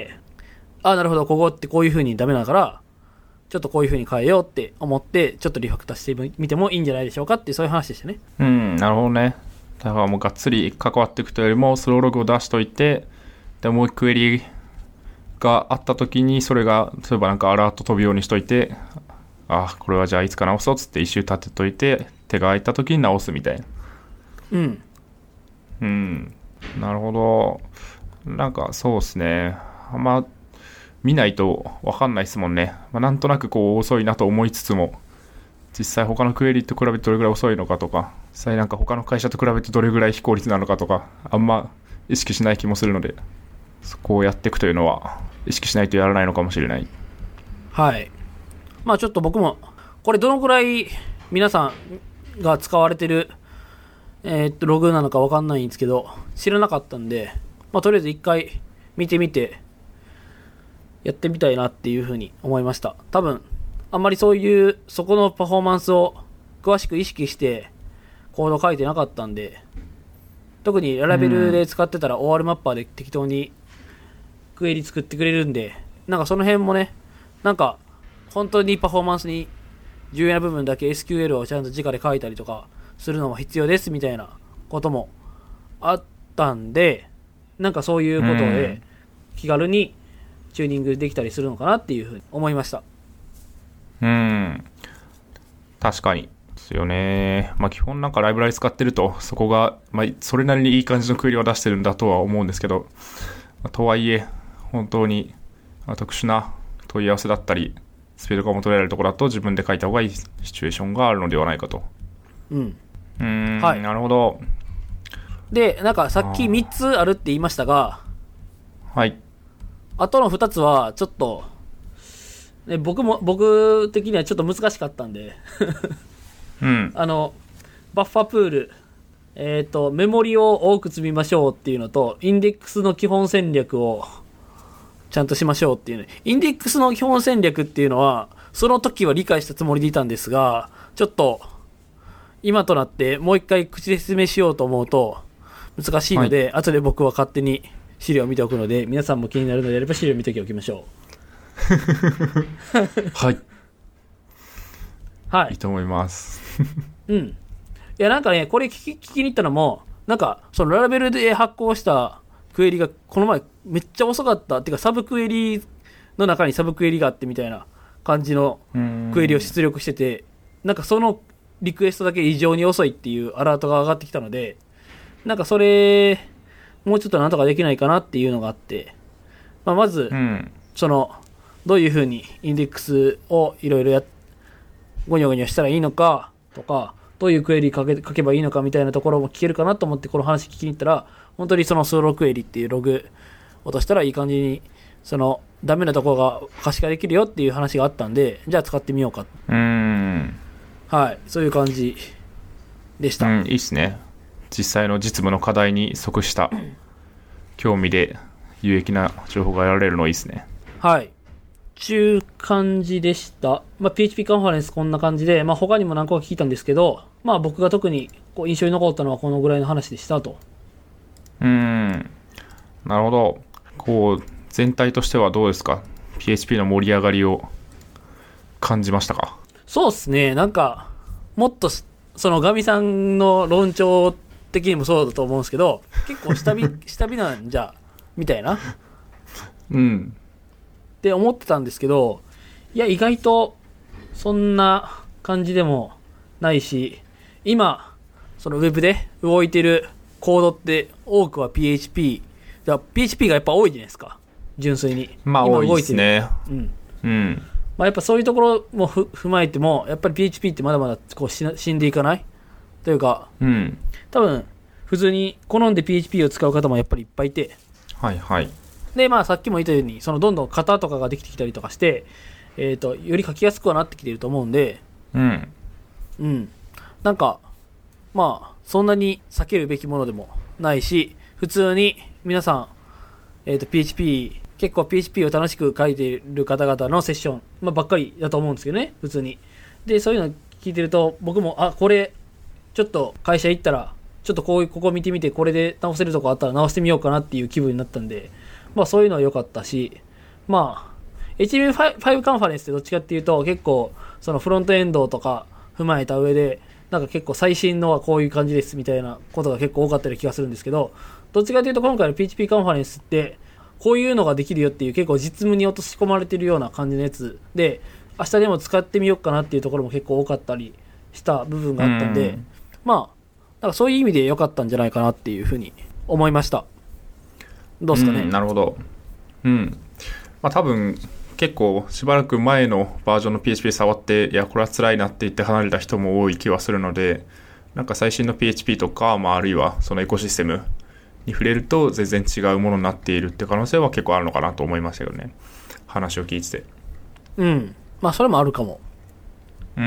ああなるほどここってこういう風にダメだからちょっとこういう風に変えようって思ってちょっとリファクターしてみてもいいんじゃないでしょうかっていうそういう話でしたね。 うん、なるほどね。だからもうがっつり関わっていくというよりもスローログを出しといて、でもうクエリがあったときにそれが例えばなんかアラート飛ぶようにしといて、あこれはじゃあいつか直そうっつって一周立てといて手が空いたときに直すみたいな。 うんうんなるほど。なんかそうですね、あんま見ないと分かんないですもんね。まあ、なんとなくこう遅いなと思いつつも実際他のクエリと比べてどれぐらい遅いのかとか、実際なんか他の会社と比べてどれぐらい非効率なのかとかあんま意識しない気もするので、そこをやっていくというのは意識しないとやらないのかもしれない。 はい。まあちょっと僕もこれどのくらい皆さんが使われてるえー、っとログなのか分かんないんですけど知らなかったんで、まあとりあえず一回見てみてやってみたいなっていうふうに思いました。多分あんまりそういうそこのパフォーマンスを詳しく意識してコード書いてなかったんで、特にララベルで使ってたら オーアール マッパーで適当にクエリ作ってくれるんで、なんかその辺もね、なんか本当にパフォーマンスに重要な部分だけ エスキューエル をちゃんと直で書いたりとかするのも必要ですみたいなこともあったんで、なんかそういうことで気軽にチューニングできたりするのかなっていうふうに思いました。 うん、確かにですよね。まあ基本なんかライブラリ使ってるとそこが、まあ、それなりにいい感じのクエリを出してるんだとは思うんですけど、まあ、とはいえ本当に特殊な問い合わせだったりスピードが求められるところだと自分で書いた方がいいシチュエーションがあるのではないかと。 うん、 うーん、 はい、 なるほど。 で、なんかさっきみっつあるって言いましたが、 はい。 あとのふたつはちょっと、ね、僕も、僕的にはちょっと難しかったんで、 うん。 あの、バッファプール、えっと、メモリを多く積みましょうっていうのと、インデックスの基本戦略をちゃんとしましょうっていうね。インデックスの基本戦略っていうのは、その時は理解したつもりでいたんですが、ちょっと、今となってもう一回口で説明しようと思うと難しいので、はい、後で僕は勝手に資料を見ておくので、皆さんも気になるのであれば資料を見ておきましょう。はい。 はい。 いいと思います。 うん。いや、なんかね、これ聞き、聞きに行ったのも、なんか、そのララベルで発行したクエリが、この前めっちゃ遅かった。っていうか、サブクエリの中にサブクエリがあってみたいな感じのクエリを出力してて、なんかそのリクエストだけ異常に遅いっていうアラートが上がってきたので、なんかそれ、もうちょっとなんとかできないかなっていうのがあって、まあ、まず、 うん、 その、どういうふうにインデックスをいろいろや、ゴニョゴニョしたらいいのかとか、どういうクエリ書け、書けばいいのかみたいなところも聞けるかなと思ってこの話聞きに行ったら、本当にそのソロクエリっていうログ落としたらいい感じに、その、ダメなところが可視化できるよっていう話があったんで、じゃあ使ってみようか。 うーん。 はい、そういう感じでした。 うん、いいっすね。実際の実務の課題に即した興味で有益な情報が得られるのいいっすね。 はい。ちゅう感じでした。まあ、ピーエイチピー カンファレンスこんな感じで、まあ、他にも何個か聞いたんですけど、まあ、僕が特にこう印象に残ったのはこのぐらいの話でしたと。 うーん。なるほど。こう、全体としてはどうですか？ ピーエイチピー の盛り上がりを感じましたか？ そうですね。なんか、もっと、そのガミさんの論調的にもそうだと思うんですけど、結構下火、下火なんじゃ、みたいな。 うん。 って思ってたんですけど、いや、意外と、そんな感じでもないし、今、そのウェブで動いてるコードって多くは ピーエイチピー、だ ピーエイチピー がやっぱ多いじゃないですか。純粋に。 まあ多いですね。 うん。 うん。 まあやっぱそういうところもふ踏まえても、やっぱり ピーエイチピー ってまだまだこうし死んでいかないというか、 うん。 多分、普通に好んで ピーエイチピー を使う方もやっぱりいっぱいいて、 はいはい。 で、まあさっきも言ったように、そのどんどん型とかができてきたりとかして、えっと、より書きやすくはなってきていると思うんで、 うん。 うん。なんか、まあ、そんなに避けるべきものでもないし、普通に皆さん、えっと、ピーエイチピー、結構 ピーエイチピー を楽しく書いている方々のセッション、まあ、ばっかりだと思うんですけどね、普通に。で、そういうの聞いてると、僕も、あ、これ、ちょっと会社行ったら、ちょっとこういう、ここ見てみて、これで直せるとこあったら直してみようかなっていう気分になったんで、まあそういうのは良かったし、まあ、エイチティーエムエルファイブ カンファレンスってどっちかっていうと、結構、そのフロントエンドとか踏まえた上で、なんか結構最新のはこういう感じですみたいなことが結構多かったような気がするんですけど、どっちかというと今回の ピーエイチピー カンファレンスって、こういうのができるよっていう結構実務に落とし込まれてるような感じのやつで、明日でも使ってみようかなっていうところも結構多かったりした部分があったんで、んまあ、なんかそういう意味で良かったんじゃないかなっていうふうに思いました。どうですかね。 うん、なるほど。うん。まあ多分、結構しばらく前のバージョンの ピーエイチピー 触って、いや、これは辛いなって言って離れた人も多い気はするので、なんか最新の ピーエイチピー とか、まああるいはそのエコシステムに触れると全然違うものになっているって可能性は結構あるのかなと思いましたけどね。話を聞いてて。 うん。まあそれもあるかも。 うん。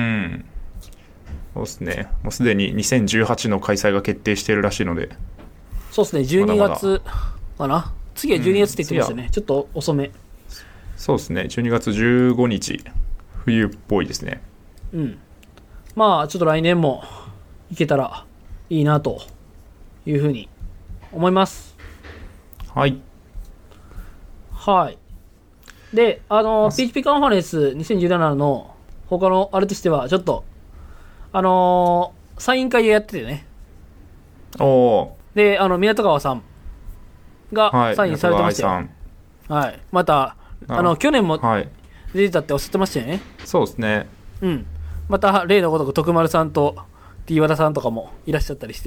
そうですね。もうすでににせんじゅうはちの開催が決定しているらしいので。 そうですね。じゅうにがつかな。まだまだ次はじゅうにがつって言ってましたね。うん、ちょっと遅め。 そうですね。じゅうにがつじゅうごにち、冬っぽいですね。 うん。まあちょっと来年も行けたらいいなというふうに思います。 はい。 はい。で、あの、ピーエイチピー カンファレンスにせんじゅうななの他のあれとしては、ちょっと、あのー、サイン会をやっててね。 おー。 で、あの、港川さんがサインされてましたよ。はい。はい、また、あの、去年も出てたっておっしゃってましたよね。 そうですね。 うん。また、例のごとく徳丸さんと T 和田さんとかもいらっしゃったりして。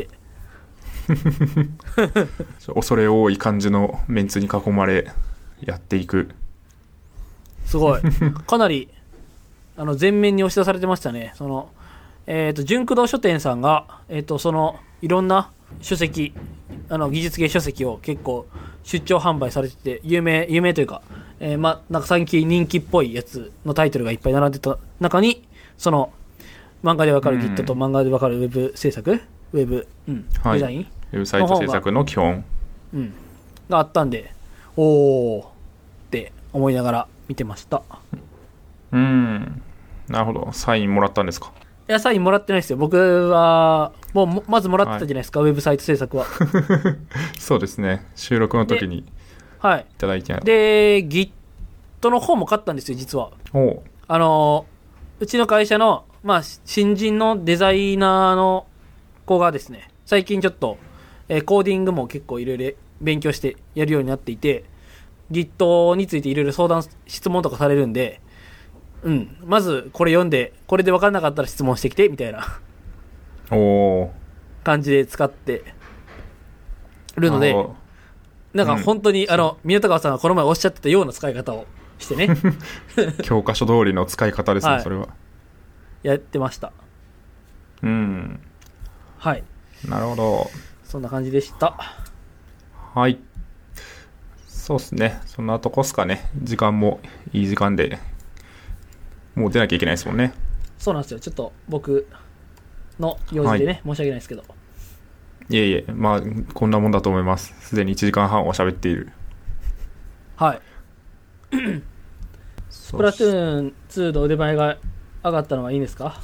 恐れ多い感じのメンツに囲まれやっていく。 すごい。かなり、あの、前面に押し出されてましたね。その、えっと、純駆動書店さんが、えっと、その、いろんな書籍、 あの技術系書籍を結構出張販売されてて、有名有名というか、えー、まなんか最近人気っぽいやつのタイトルがいっぱい並んでた中に、その漫画でわかる Git と漫画でわかるウェブ制作、ウェブ、うん、 はい、 デザイン、 ウェブサイト制作の基本、 うん、があったんで、おーって思いながら見てました。 うん、なるほど。サインもらったんですか？ いや、サインもらってないですよ。僕はもうまずもらってたじゃないですか、はい、ウェブサイト制作は。 そうですね、収録の時にいただいて、 はい、で Git の方も買ったんですよ、実は。 おあのうちの会社の、まあ、新人のデザイナーの子がですね、最近ちょっと、えー、コーディングも結構いろいろ勉強してやるようになっていて、 Git についていろいろ相談質問とかされるんで、うん、まずこれ読んで、これで分からなかったら質問してきてみたいなお感じで使ってるので、なんか本当に、うん、あの宮田川さんがこの前おっしゃってたような使い方をしてね教科書通りの使い方ですね、はい、それはやってました。 うん、 はい、 なるほど、 そんな感じでした。 はい、そうですね、そんなとこっすかね。時間もいい時間で、もう出なきゃいけないですもんね。 そうなんですよ、ちょっと僕の用事でね、はい、申し訳ないですけど。 いえいえ、まあこんなもんだと思います。すでにいちじかんはんを喋っている。 はいスプラトゥーンツーの腕前が上がったのはいいんですか？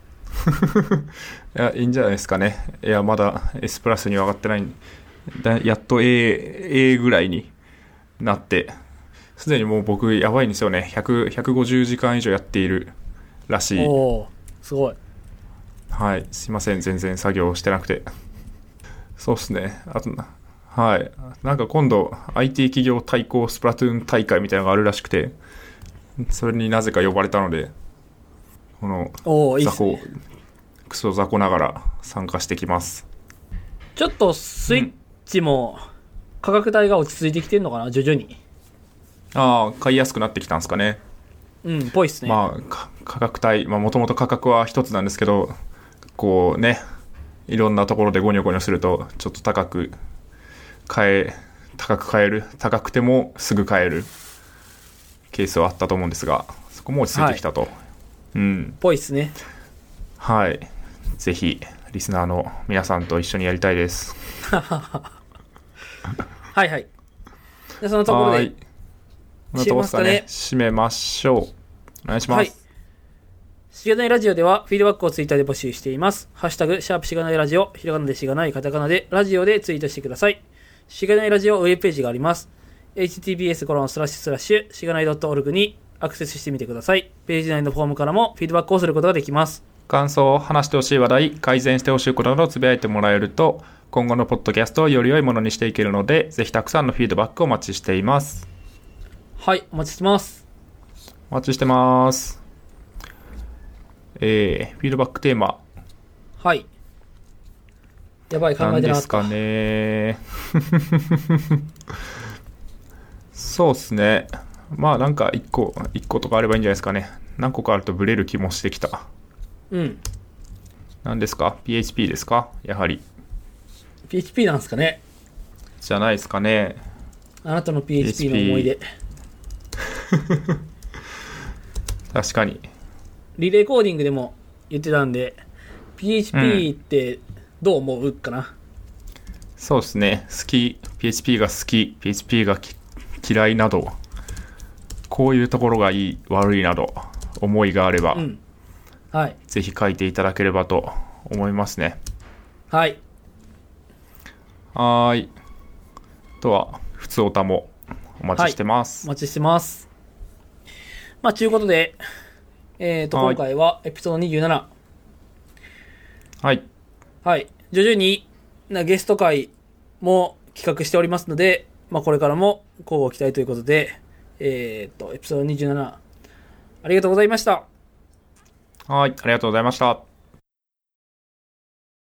いや、いいんじゃないですかね。いや、まだ S プラスには上がってないだ、やっと A, A ぐらいになって、すでにもう僕やばいんですよね。ひゃく、ひゃくごじゅうじかん以上やっているらしい。 おー、すごい。 はい、すいません、全然作業してなくて。そうっすね。あと、はい、なんか今度 アイティー 企業対抗スプラトゥーン大会みたいなのがあるらしくて、それになぜか呼ばれたので、この雑魚、クソ雑魚ながら参加してきます。 ちょっとスイッチも価格帯が落ち着いてきてるのかな、徐々に。 ああ、買いやすくなってきたんですかね。 うん、ぽいっすね。 まあ価格帯、まあもともと価格は一つなんですけど、こうね、いろんなところでゴニョゴニョするとちょっと高く買え高く買える高くてもすぐ買えるケースはあったと思うんですが、そこも落ち着いてきたと、はい、うん、 ぽいっすね。 はい、ぜひリスナーの皆さんと一緒にやりたいです。 はいはい。じゃそのところで締めますかね。締めましょう。お願いします。はい。 しがないラジオではフィードバックをツイッターで募集しています。ハッシュタグシャープしがないラジオ、ひらがなでしがない、カタカナでラジオでツイートしてください。しがないラジオウェブページがあります。エイチティーティーピーエスコロンスラッシュスラッシュしがない .org にアクセスしてみてください。ページ内のフォームからもフィードバックをすることができます。 感想を話してほしい話題、改善してほしいことなどをつぶやいてもらえると、今後のポッドキャストをより良いものにしていけるので、ぜひたくさんのフィードバックをお待ちしています。 はい、お待ちしてます。 お待ちしてます。えー、フィードバックテーマ。 はい。やばい、考えてなかった。何ですかね。そうですね。まあなんかいっこ、いっことかあればいいんじゃないですかね。何個かあるとブレる気もしてきた。 うん。 何ですか？ ピーエイチピー ですか？やはり。 ピーエイチピー なんですかね。 じゃないですかね。 あなたの ピーエイチピー の思い出。 確かに。 リレーコーディングでも言ってたんで、ピーエイチピー ってどう思うかな、うん、 そうですね。好き、ピーエイチピー が好き、ピーエイチピー が嫌いなど、こういうところがいい、悪いなど、思いがあれば、うん、はい、ぜひ書いていただければと思いますね。 はい。 はい。あとは、ふつおたもお待ちしてます。 はい、お待ちしてます。まあ、ということで、えーと、今回はエピソードにじゅうなな。 はい。 はい。徐々になゲスト会も企画しておりますので、まあ、これからも交互期待ということで、えーと、エピソードにじゅうなな、ありがとうございました。 はい、ありがとうございました。